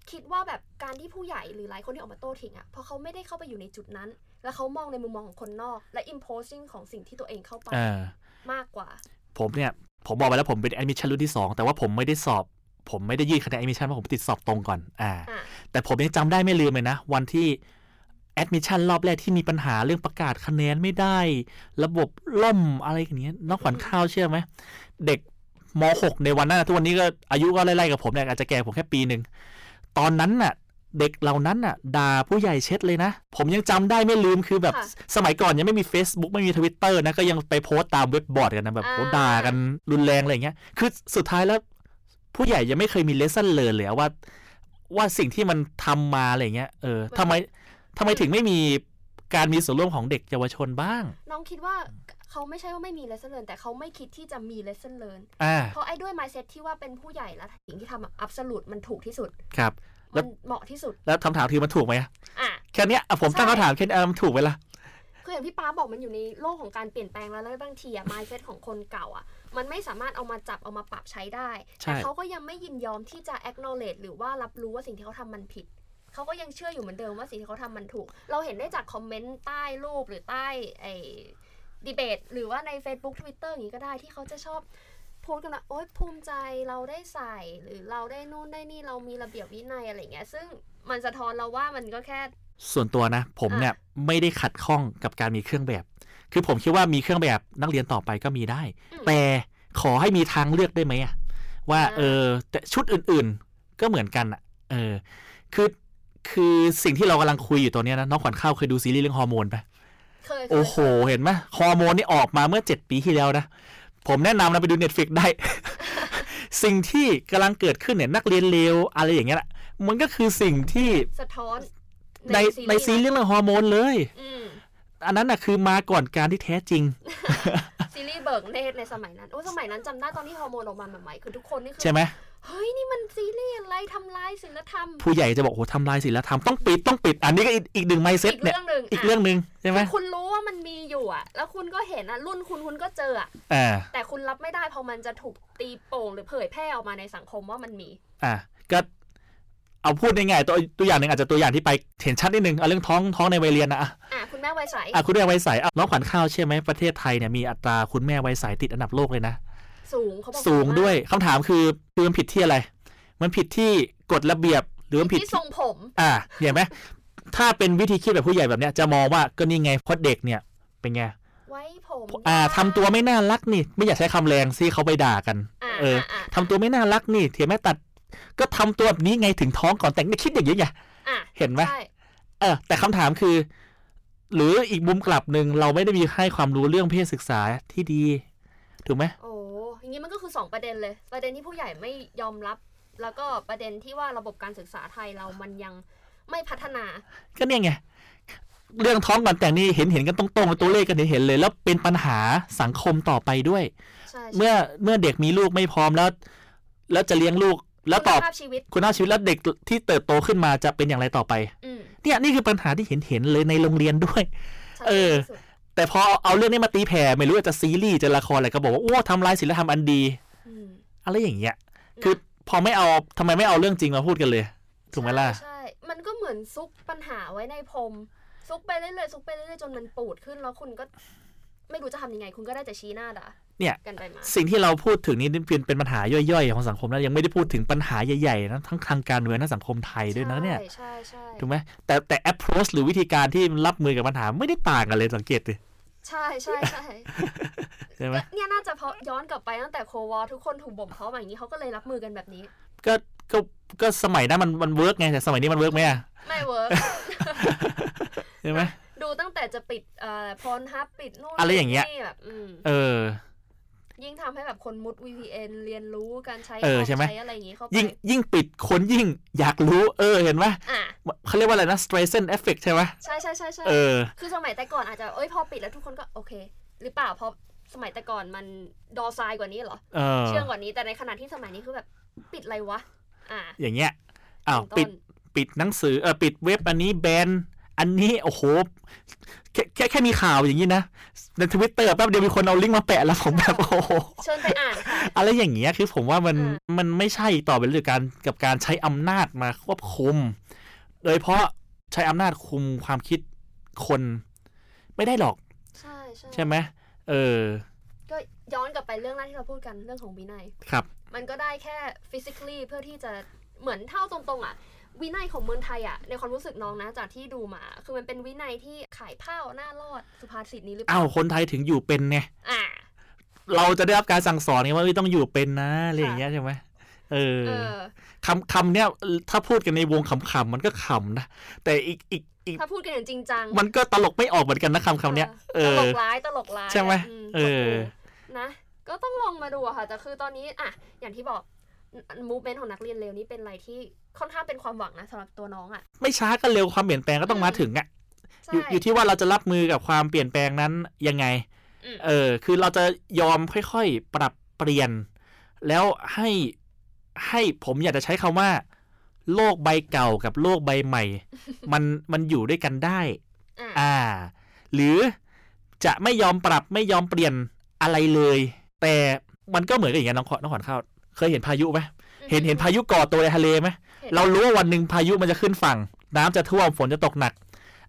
คิดว่าแบบการที่ผู้ใหญ่หรือหลายคนที่ออกมาโต้ทิ้งอ่ะเพราะเขาไม่ได้เข้าไปอยู่ในจุดนั้นแล้วเขามองในมุมมองของคนนอกและ imposing ของสิ่งที่ตัวเองเข้าไปมากกว่า
ผมบอกไปแล้วผมเป็น admission รุ่นที่2แต่ว่าผมไม่ได้สอบผมไม่ได้ยื่นคะแนน admission เพราะผมติดสอบตรงก่อนแต่ผมยังจำได้ไม่ลืมเลยนะวันที่ admission รอบแรกที่มีปัญหาเรื่องประกาศคะแนนไม่ได้ระบบล่มอะไรอย่างเงี้ยน้องขวัญข้าวเชื่อไหมเด็กม.6 ในวันนั้นทุกวันนี้ก็อายุก็ไล่ๆกับผมเนี่ยอาจจะแก่ผมแค่ปีนึงตอนนั้นน่ะเด็กเหล่านั้นน่ะด่าผู้ใหญ่เช็ดเลยนะผมยังจำได้ไม่ลืมคือแบบสมัยก่อนยังไม่มี Facebook ไม่มี Twitter นะก็ยังไปโพสต์ตามเว็บบอร์ดกันนะแบบด่ากันรุนแรงอะไรอย่างเงี้ยคือสุดท้ายแล้วผู้ใหญ่ยังไม่เคยมี lesson learn เลยว่าสิ่งที่มันทำมาอะไรเงี้ยทำไมถึงไม่มีการมีส่วนร่วมของเด็กเยาวชนบ้าง
น้องคิดว่าเขาไม่ใช่ว่าไม่มี lesson learn แต่เขาไม่คิดที่จะมี lesson learn เพราะไอ้ด้วย mindset ที่ว่าเป็นผู้ใหญ่แล้วสิ่งที่ทำabsolute มันถูกที่สุด
ครับ
มันเหมาะที่สุด
แล้วคำถามคือมันถูกไหมแค่นี้ผมตั้งคำถามแค่มันถูกไหมล่ะ
คืออย่างพี่ป๊าบอกมันอยู่ในโลกของการเปลี่ยนแปลงแล้วบางทีmindset ของคนเก่ามันไม่สามารถเอามาจับเอามาปรับใช้ได้แต่เขาก็ยังไม่ยินยอมที่จะ acknowledge หรือว่ารับรู้ว่าสิ่งที่เขาทำมันผิดเขาก็ยังเชื่ออยู่เหมือนเดิมว่าสิ่งที่เขาทำมันถูกเราเห็นได้จากคอมเมนต์ใต้รูปหรือใต้ดีเบตหรือว่าใน Facebook Twitter อย่างนี้ก็ได้ที่เขาจะชอบพูดกันว่าโอ๊ยภูมิใจเราได้ใส่หรือเราได้นู่นได้นี่เรามีระเบียบวินัยอะไรเงี้ยซึ่งมันสะท้อนเราว่ามันก็แค่
ส่วนตัวนะผมเนี่ยไม่ได้ขัดข้องกับการมีเครื่องแบบคือผมคิดว่ามีเครื่องแบบนักเรียนต่อไปก็มีได้แต่ขอให้มีทางเลือกได้ไหมว่าแต่ชุดอื่นๆก็เหมือนกันคือสิ่งที่เรากำลังคุยอยู่ตัวนี้นะน้องขวัญข้าวเคยดูซีรีส์เรื่องฮอร์โมนปะโอ้โหเห็นไหมฮอร์โมนนี่ออกมาเมื่อ7 ปีที่แล้วนะผมแนะนำนะไปดู Netflix ได้ สิ่งที่กำลังเกิดขึ้นเนี่ยนักเรียนเลวอะไรอย่างเงี้ยมันก็คือสิ่งที่
สะท้อน
ในซีรีส์เรื่องฮอร์โมนเลยอันนั้นน่ะคือมาก่อนการที่แท้จริง
ซีรีส์เบิกเนตรในสมัยนั้นสมัยนั้นจำได้ตอนที่ฮอร์โมนออกมาใหม่ๆคือทุกคนนี่คือ
ใช่ไหม
เฮ้ยนี่มันซีรีส์อะไรทำลายศีลธรรม
ผู้ใหญ่จะบอกโอ้ทำลายศีลธรรมต้องปิดอันนี้ก็อีกหนึ่งไมซ์เซ็ตเนี่ยอีกเรื่องนึงใช่ไหม
คุณรู้ว่ามันมีอยู่แล้วคุณก็เห็นรุ่นคุณก็เจอแต่คุณรับไม่ได้พอมันจะถูกตีโป่งหรือเผยแพร่ออกมาในสังคมว่ามันมี
ก็เอาพูดง่ายๆตัวอย่างนึงอาจจะตัวอย่างที่ไปเห็นชัดนิดนึงเอาเรื่องท้องในวัยเรียนนะ
คุณแม่วัยใส
คุณแม่วัยใสน้องขวัญข้าวใช่ไหมประเทศไทยเนี่ยมีอัตราคุณแม่วัยใสติดอันดับโลกเลยนะสูงด้วยคำถามคือมันผิดที่อะไรมันผิดที่กฎระเบียบหรือมันผิด
ที่ทรงผม
เห็นไหมถ้าเป็นวิธีคิดแบบผู้ใหญ่แบบเนี้ยจะมองว่าก็นี่ไงเพราะเด็กเนี่ยเป็นไง
ไว้ผม
ทำตัวไม่น่ารักนี่ไม่อยากใช้คำแรงสิเขาไปด่ากันทำตัวไม่น่ารักนี่เถียงแม่ตัดก็ทำตัวแบบนี้ไงถึงท้องก่อนแต่งไม่คิดอย่างนี้ไงเห็นไหมแต่คำถามคือหรืออีกมุมกลับหนึ่งเราไม่ได้มีให้ความรู้เรื่องเพศศึกษาที่ดีถูกไหม
โอ้อย่างนี้มันก็คือ2ประเด็นเลยประเด็นที่ผู้ใหญ่ไม่ยอมรับแล้วก็ประเด็นที่ว่าระบบการศึกษาไทยเรามันยังไม่พัฒนา
ก็เนี่ยไงเรื่องท้องก่อนแต่งนี่เห็นกันตรงๆตัวเลขกันเห็นเลยแล้วเป็นปัญหาสังคมต่อไปด้วยเมื่อเด็กมีลูกไม่พร้อมแล้วจะเลี้ยงลูกแล้วตอบคุณภาพชีวิตแล้วเด็กที่เติบโตขึ้นมาจะเป็นอย่างไรต่อไปเนี่ยนี่คือปัญหาที่เห็นเลยในโรงเรียนด้วยแต่พอเอาเรื่องนี้มาตีแผ่ไม่รู้ว่าจะซีรีส์จะละครอะไรก็บอกว่าโอ้ทำลายศีลธรรมอันดีอะไรอย่างเงี้ยคือพอไม่เอาทำไมไม่เอาเรื่องจริงมาพูดกันเลยถูกไหมล่ะ
ใช่มันก็เหมือนซุกปัญหาไว้ในพรมซุกไปเรื่อยๆจนมันปูดขึ้นแล้วคุณก็ไม่รู้จะทำยังไงคุณก็ได้แต่ชี้หน้าด่า
เนี่ยสิ่งที่เราพูดถึงนี้เป็นปัญหาย่อยๆของสังคมแล้วยังไม่ได้พูดถึงปัญหาใหญ่ๆนะทั้งทางการเมืองและสังคมไทยด้วยนะเนี่ย
ใช่
ถูกไหมแต่ approach หรือวิธีการที่รับมือกับปัญหาไม่ได้ต่างกันเลยสังเกตดิ
ใช่ใช่ไหมเนี่ยน่าจะเพราะย้อนกลับไปตั้งแต่โควอทุกคนถูกบ่มเพาะมาอย่างนี้เขาก็เลยรับมือกันแบบนี้
ก็สมัยนั้นมันเวิร์กไงแต่สมัยนี้มันเวิร์กไหม
ไม่เวิร์ก
ใช่ไหม
ดูตั้งแต่จะปิดพรฮับปิดนู่น
อะไรอย่างเงี้ย
แบบยิ่งทำให้แบบคนมุด VPN เรียนรู้การใช้
ใช่ไหม
อะไรอย่างงี้เข้าไป
ยิ่งปิดคนยิ่งอยากรู้เห็นไหมเขาเรียกว่าอะไรนะ Streisand effect ใช่ไหม
ใช่คือสมัยแต่ก่อนอาจจะพอปิดแล้วทุกคนก็โอเคหรือเปล่าเพราะสมัยแต่ก่อนมันดอไซน์กว่านี้เหรอเชื่องกว่านี้แต่ในขณะที่สมัยนี้คือแบบปิดอะไรวะ
อย่างเงี้ยปิดหนังสือปิดเว็บอันนี้แบนอันนี้โอ้โหแค่มีข่าวอย่างนี้นะใน Twitter แป๊บเดียวมีคนเอาลิงก์มาแปะแล้วผมแบบโอ้โห
เชิญไปอ่านค่ะ
อะไรอย่างเงี้ยคือผมว่ามันไม่ใช่ต่อไปเลยกับการใช้อำนาจมาควบคุมโดยเฉพาะใช้อำนาจคุมความคิดคนไม่ได้หรอกใช่ไหม
ก็ย้อนกลับไปเรื่องแรกที่เราพูดกันเรื่องของวินัย
ครับ
มันก็ได้แค่ physically เพื่อที่จะเหมือนเท่าตรงๆอ่ะวินัยของเมืองไทยอ่ะในความรู้สึกน้องนะจากที่ดูมาคือมันเป็นวินัยที่ขายผ้าหน้ารอดสุภาษิตนี้หรือเปล่า
คนไทยถึงอยู่เป็นไงเราจะได้รับการสั่งสอนไงว่าไม่ต้องอยู่เป็นนะอะไรอย่างเงี้ยใช่ไหมคำเนี้ยถ้าพูดกันในวงขำๆมันก็ขำนะแต่อีก
ถ้าพูดกันอย่างจริงจัง
มันก็ตลกไม่ออกเหมือนกันนะคำเนี้ย
ตลกร้าย
ใช่ไหม
นะก็ต้องลองมาดูค่ะแต่คือตอนนี้อ่ะอย่างที่บอกmovement ของนักเรียนเลวนี่เป็นอะไรที่ค่อนข้างเป็นความหวังนะสำหรับตัวน้องอ่ะ
ไม่ช้าก็เร็วความเปลี่ยนแปลงก็ต้องมาถึงอ่ะอยู่ที่ว่าเราจะรับมือกับความเปลี่ยนแปลงนั้นยังไงคือเราจะยอมค่อยๆปรับเปลี่ยนแล้วให้ผมอยากจะใช้คำว่าโลกใบเก่ากับโลกใบใหม่มันอยู่ด้วยกันได้หรือจะไม่ยอมปรับไม่ยอมเปลี่ยนอะไรเลยแต่มันก็เหมือนกับอย่างนี้น้องขวัญข้าวเคยเห็นพายุไหมเห็นพายุก่อตัวในทะเลไหมเรารู้ว่าวันหนึ่งพายุมันจะขึ้นฝั่งน้ำจะท่วมฝนจะตกหนัก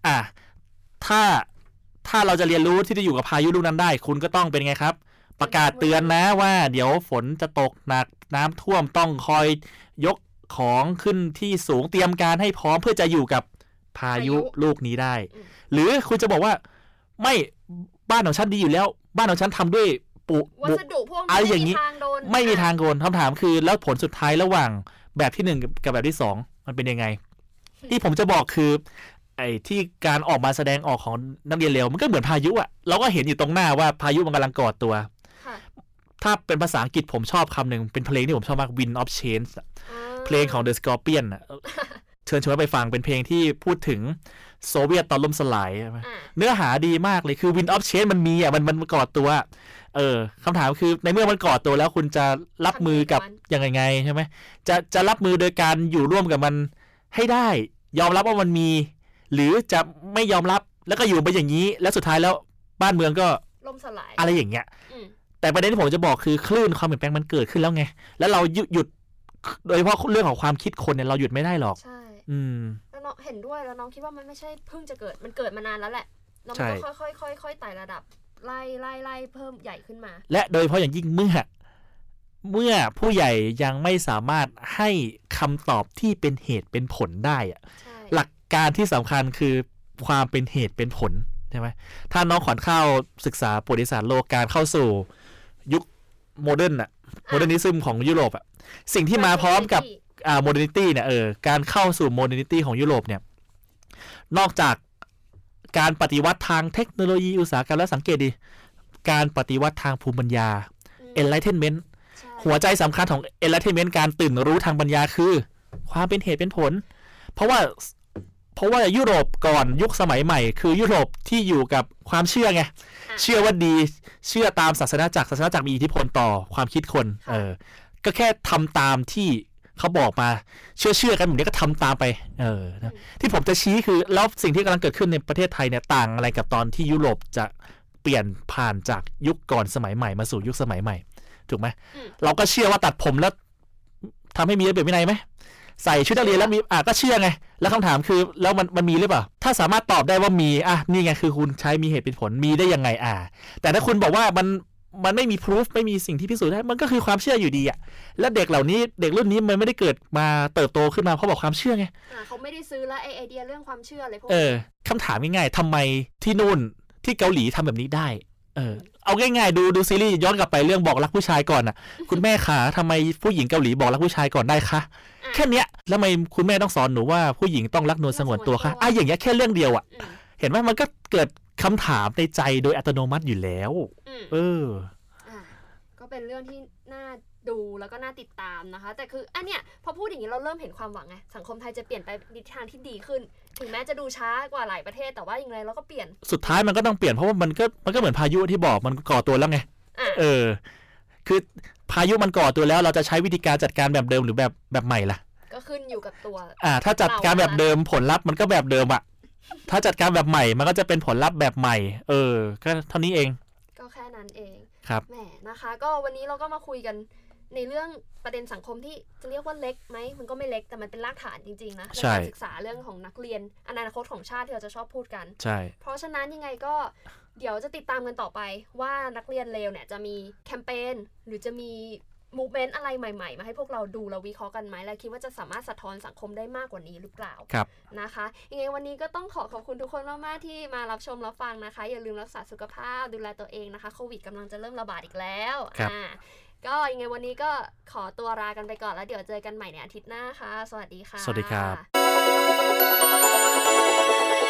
ถ้าเราจะเรียนรู้ที่จะอยู่กับพายุลูกนั้นได้คุณก็ต้องเป็นไงครับประกาศเตือนนะว่าเดี๋ยวฝนจะตกหนักน้ำท่วมต้องคอยยกของขึ้นที่สูงเตรียมการให้พร้อมเพื่อจะอยู่กับพายุลูกนี้ได้หรือคุณจะบอกว่าไม่บ้านของฉันดีอยู่แล้วบ้านของฉันทำด้วย
วัสดุพวกนี้ไม่มีทางโดน
ไม่มีทางโดนคำถามคือแล้วผลสุดท้ายระหว่างแบบที่1กับแบบที่2มันเป็นยังไงที่ผมจะบอกคือไอ้ที่การออกมาแสดงออกของนักเรียนเลวมันก็เหมือนพายุอ่ะเราก็เห็นอยู่ตรงหน้าว่าพายุมันกำลังก่อตัวถ้าเป็นภาษาอังกฤษผมชอบคำหนึ่งเป็นเพลงที่ผมชอบมาก Wind of Change เพลงของ The Scorpion เชิญชวนไปฟังเป็นเพลงที่พูดถึงโซเวียตตอนล่มสลายเนื้อหาดีมากเลยคือ Wind of Change มันมีมันก่อตัวคำถามคือในเมื่อมันก่อตัวแล้วคุณจะรับมือกับยังไงใช่ไหมจะรับมือโดยการอยู่ร่วมกับมันให้ได้ยอมรับว่ามันมีหรือจะไม่ยอมรับแล้วก็อยู่ไปอย่างนี้แล้วสุดท้ายแล้วบ้านเมืองก็
ล่มสลาย
อะไรอย่างเงี้ยแต่ประเด็นที่ผมจะบอกคือคลื่นความเปลี่ยนแปลงมันเกิดขึ้นแล้วไงแล้วเราหยุดโดยเฉพาะเรื่องของความคิดคนเนี่ยเราหยุดไม่ได้หรอก
ใช่แล้วน้องเห็นด้วยแล้วน้องคิดว่ามันไม่ใช่เพิ่งจะเกิดมันเกิดมานานแล้วแหละแล้วมันก็ค่อยๆไต่ระดับไล่เพิ่มใหญ่ขึ้นมา
และโดยเฉพาะอย่างยิ่งเมื่อผู้ใหญ่ยังไม่สามารถให้คำตอบที่เป็นเหตุเป็นผลได้อะหลักการที่สำคัญคือความเป็นเหตุเป็นผลใช่ไหมถ้าน้องขวัญข้าวศึกษาประวัติศาสตร์โลกการเข้าสู่ยุคโมเดิร์นโมเดิร์นิซึมของยุโรปสิ่งที่มาพร้อมกับโมเดิร์นิตี้เนี่ยการเข้าสู่โมเดิร์นิตี้ของยุโรปเนี่ยนอกจากการปฏิวัติทางเทคโนโลยีอุตสาหกรรมและสังเกตดีการปฏิวัติทางภูมิปัญญา Enlightenment หัวใจสำคัญของ Enlightenment การตื่นรู้ทางปัญญาคือความเป็นเหตุเป็นผลเพราะว่ายุโรปก่อนยุคสมัยใหม่คือยุโรปที่อยู่กับความเชื่อไงเชื่อว่าดีเชื่อตามศาสนาจักรมีอิทธิพลต่อความคิดคนก็แค่ทำตามที่เขาบอกมาเชื่อกันแบบนี้ก็ทำตามไปที่ผมจะชี้คือแล้วสิ่งที่กำลังเกิดขึ้นในประเทศไทยเนี่ยต่างอะไรกับตอนที่ยุโรปจะเปลี่ยนผ่านจากยุคก่อนสมัยใหม่มาสู่ยุคสมัยใหม่ถูกไหมเราก็เชื่อว่าตัดผมแล้วทำให้มีระเบียบวินัยไหมใส่ชุดนักเรียนแล้วมีก็เชื่อไงแล้วคำถามคือแล้วมันมีหรือเปล่าถ้าสามารถตอบได้ว่ามีนี่ไงคือคุณใช้มีเหตุเป็นผลมีได้ยังไงแต่ถ้าคุณบอกว่ามันไม่มีพิสูจไม่มีสิ่งที่พิสูจน์ได้มันก็คือความเชื่ออยู่ดีและเด็กเหล่านี้เด็กรุ่นนี้มันไม่ได้เกิดมาเติบโตขึ้นมาเพราะบอกความเชื่อไง
เขาไม่ได้ซื้อแล้วไอเดียเรื่องความเชื่ออะไรพวก
คำถามง่ายๆทำไมที่นู่นที่เกาหลีทำแบบนี้ได้เอาง่ายๆดูซีรีส์ย้อนกลับไปเรื่องบอกรักผู้ชายก่อนคุณแม่ขาทำไมผู้หญิงเกาหลีบอกรักผู้ชายก่อนได้คะแค่เนี้ยแล้วทำไมคุณแม่ต้องสอนหนูว่าผู้หญิงต้องรักนวลสงวนตัวคะอย่างเงี้ยแค่เรื่องเดียวเห็นไหมมันก็เกิดคำถามในใจโดยอัตโนมัติอยู่แล้ว
ก็เป็นเรื่องที่น่าดูแล้วก็น่าติดตามนะคะแต่คืออันเนี้ยพอพูดอย่างนี้เราเริ่มเห็นความหวังไงสังคมไทยจะเปลี่ยนไปในทางที่ดีขึ้นถึงแม้จะดูช้ากว่าหลายประเทศแต่ว่าอย่างไรเราก็เปลี่ยน
สุดท้ายมันก็ต้องเปลี่ยนเพราะว่ามันก็เหมือนพายุที่บอกมันก่อตัวแล้วไงคือพายุมันก่อตัวแล้วเราจะใช้วิธีการจัดการแบบเดิมหรือแบบใหม่ล่ะ
ก็ขึ้นอยู่กับตัว
ถ้าจัดการแบบเดิมผลลัพธ์มันก็แบบเดิมถ้าจัดการแบบใหม่มันก็จะเป็นผลลัพธ์แบบใหม่ก็เท่านี้เอง
ก็แค่นั้นเอง
ครับ
แหมนะคะก็วันนี้เราก็มาคุยกันในเรื่องประเด็นสังคมที่จะเรียกว่าเล็กไหมมันก็ไม่เล็กแต่มันเป็นรากฐานจริงๆนะในการศึกษาเรื่องของนักเรียนอนาคตของชาติที่เราจะชอบพูดกัน
ใช่
เพราะฉะนั้นยังไงก็เดี๋ยวจะติดตามกันต่อไปว่านักเรียนเลวเนี่ยจะมีแคมเปญหรือจะมีมูฟเมนต์อะไรใหม่ๆมาให้พวกเราดูเราวิเคราะห์กันไหมและคิดว่าจะสามารถสะท้อนสังคมได้มากกว่านี้หรือเปล่านะคะยังไงวันนี้ก็ต้องขอบคุณทุกคนมากๆที่มารับชมรับฟังนะคะอย่าลืมรักษาสุขภาพดูแลตัวเองนะคะโควิดกำลังจะเริ่มระบาดอีกแล้วก็ยังไงวันนี้ก็ขอตัวลากันไปก่อนแล้วเดี๋ยวเจอกันใหม่ในอาทิตย์หน้าค่ะสวัสดีค่ะ
สวัสดีครับ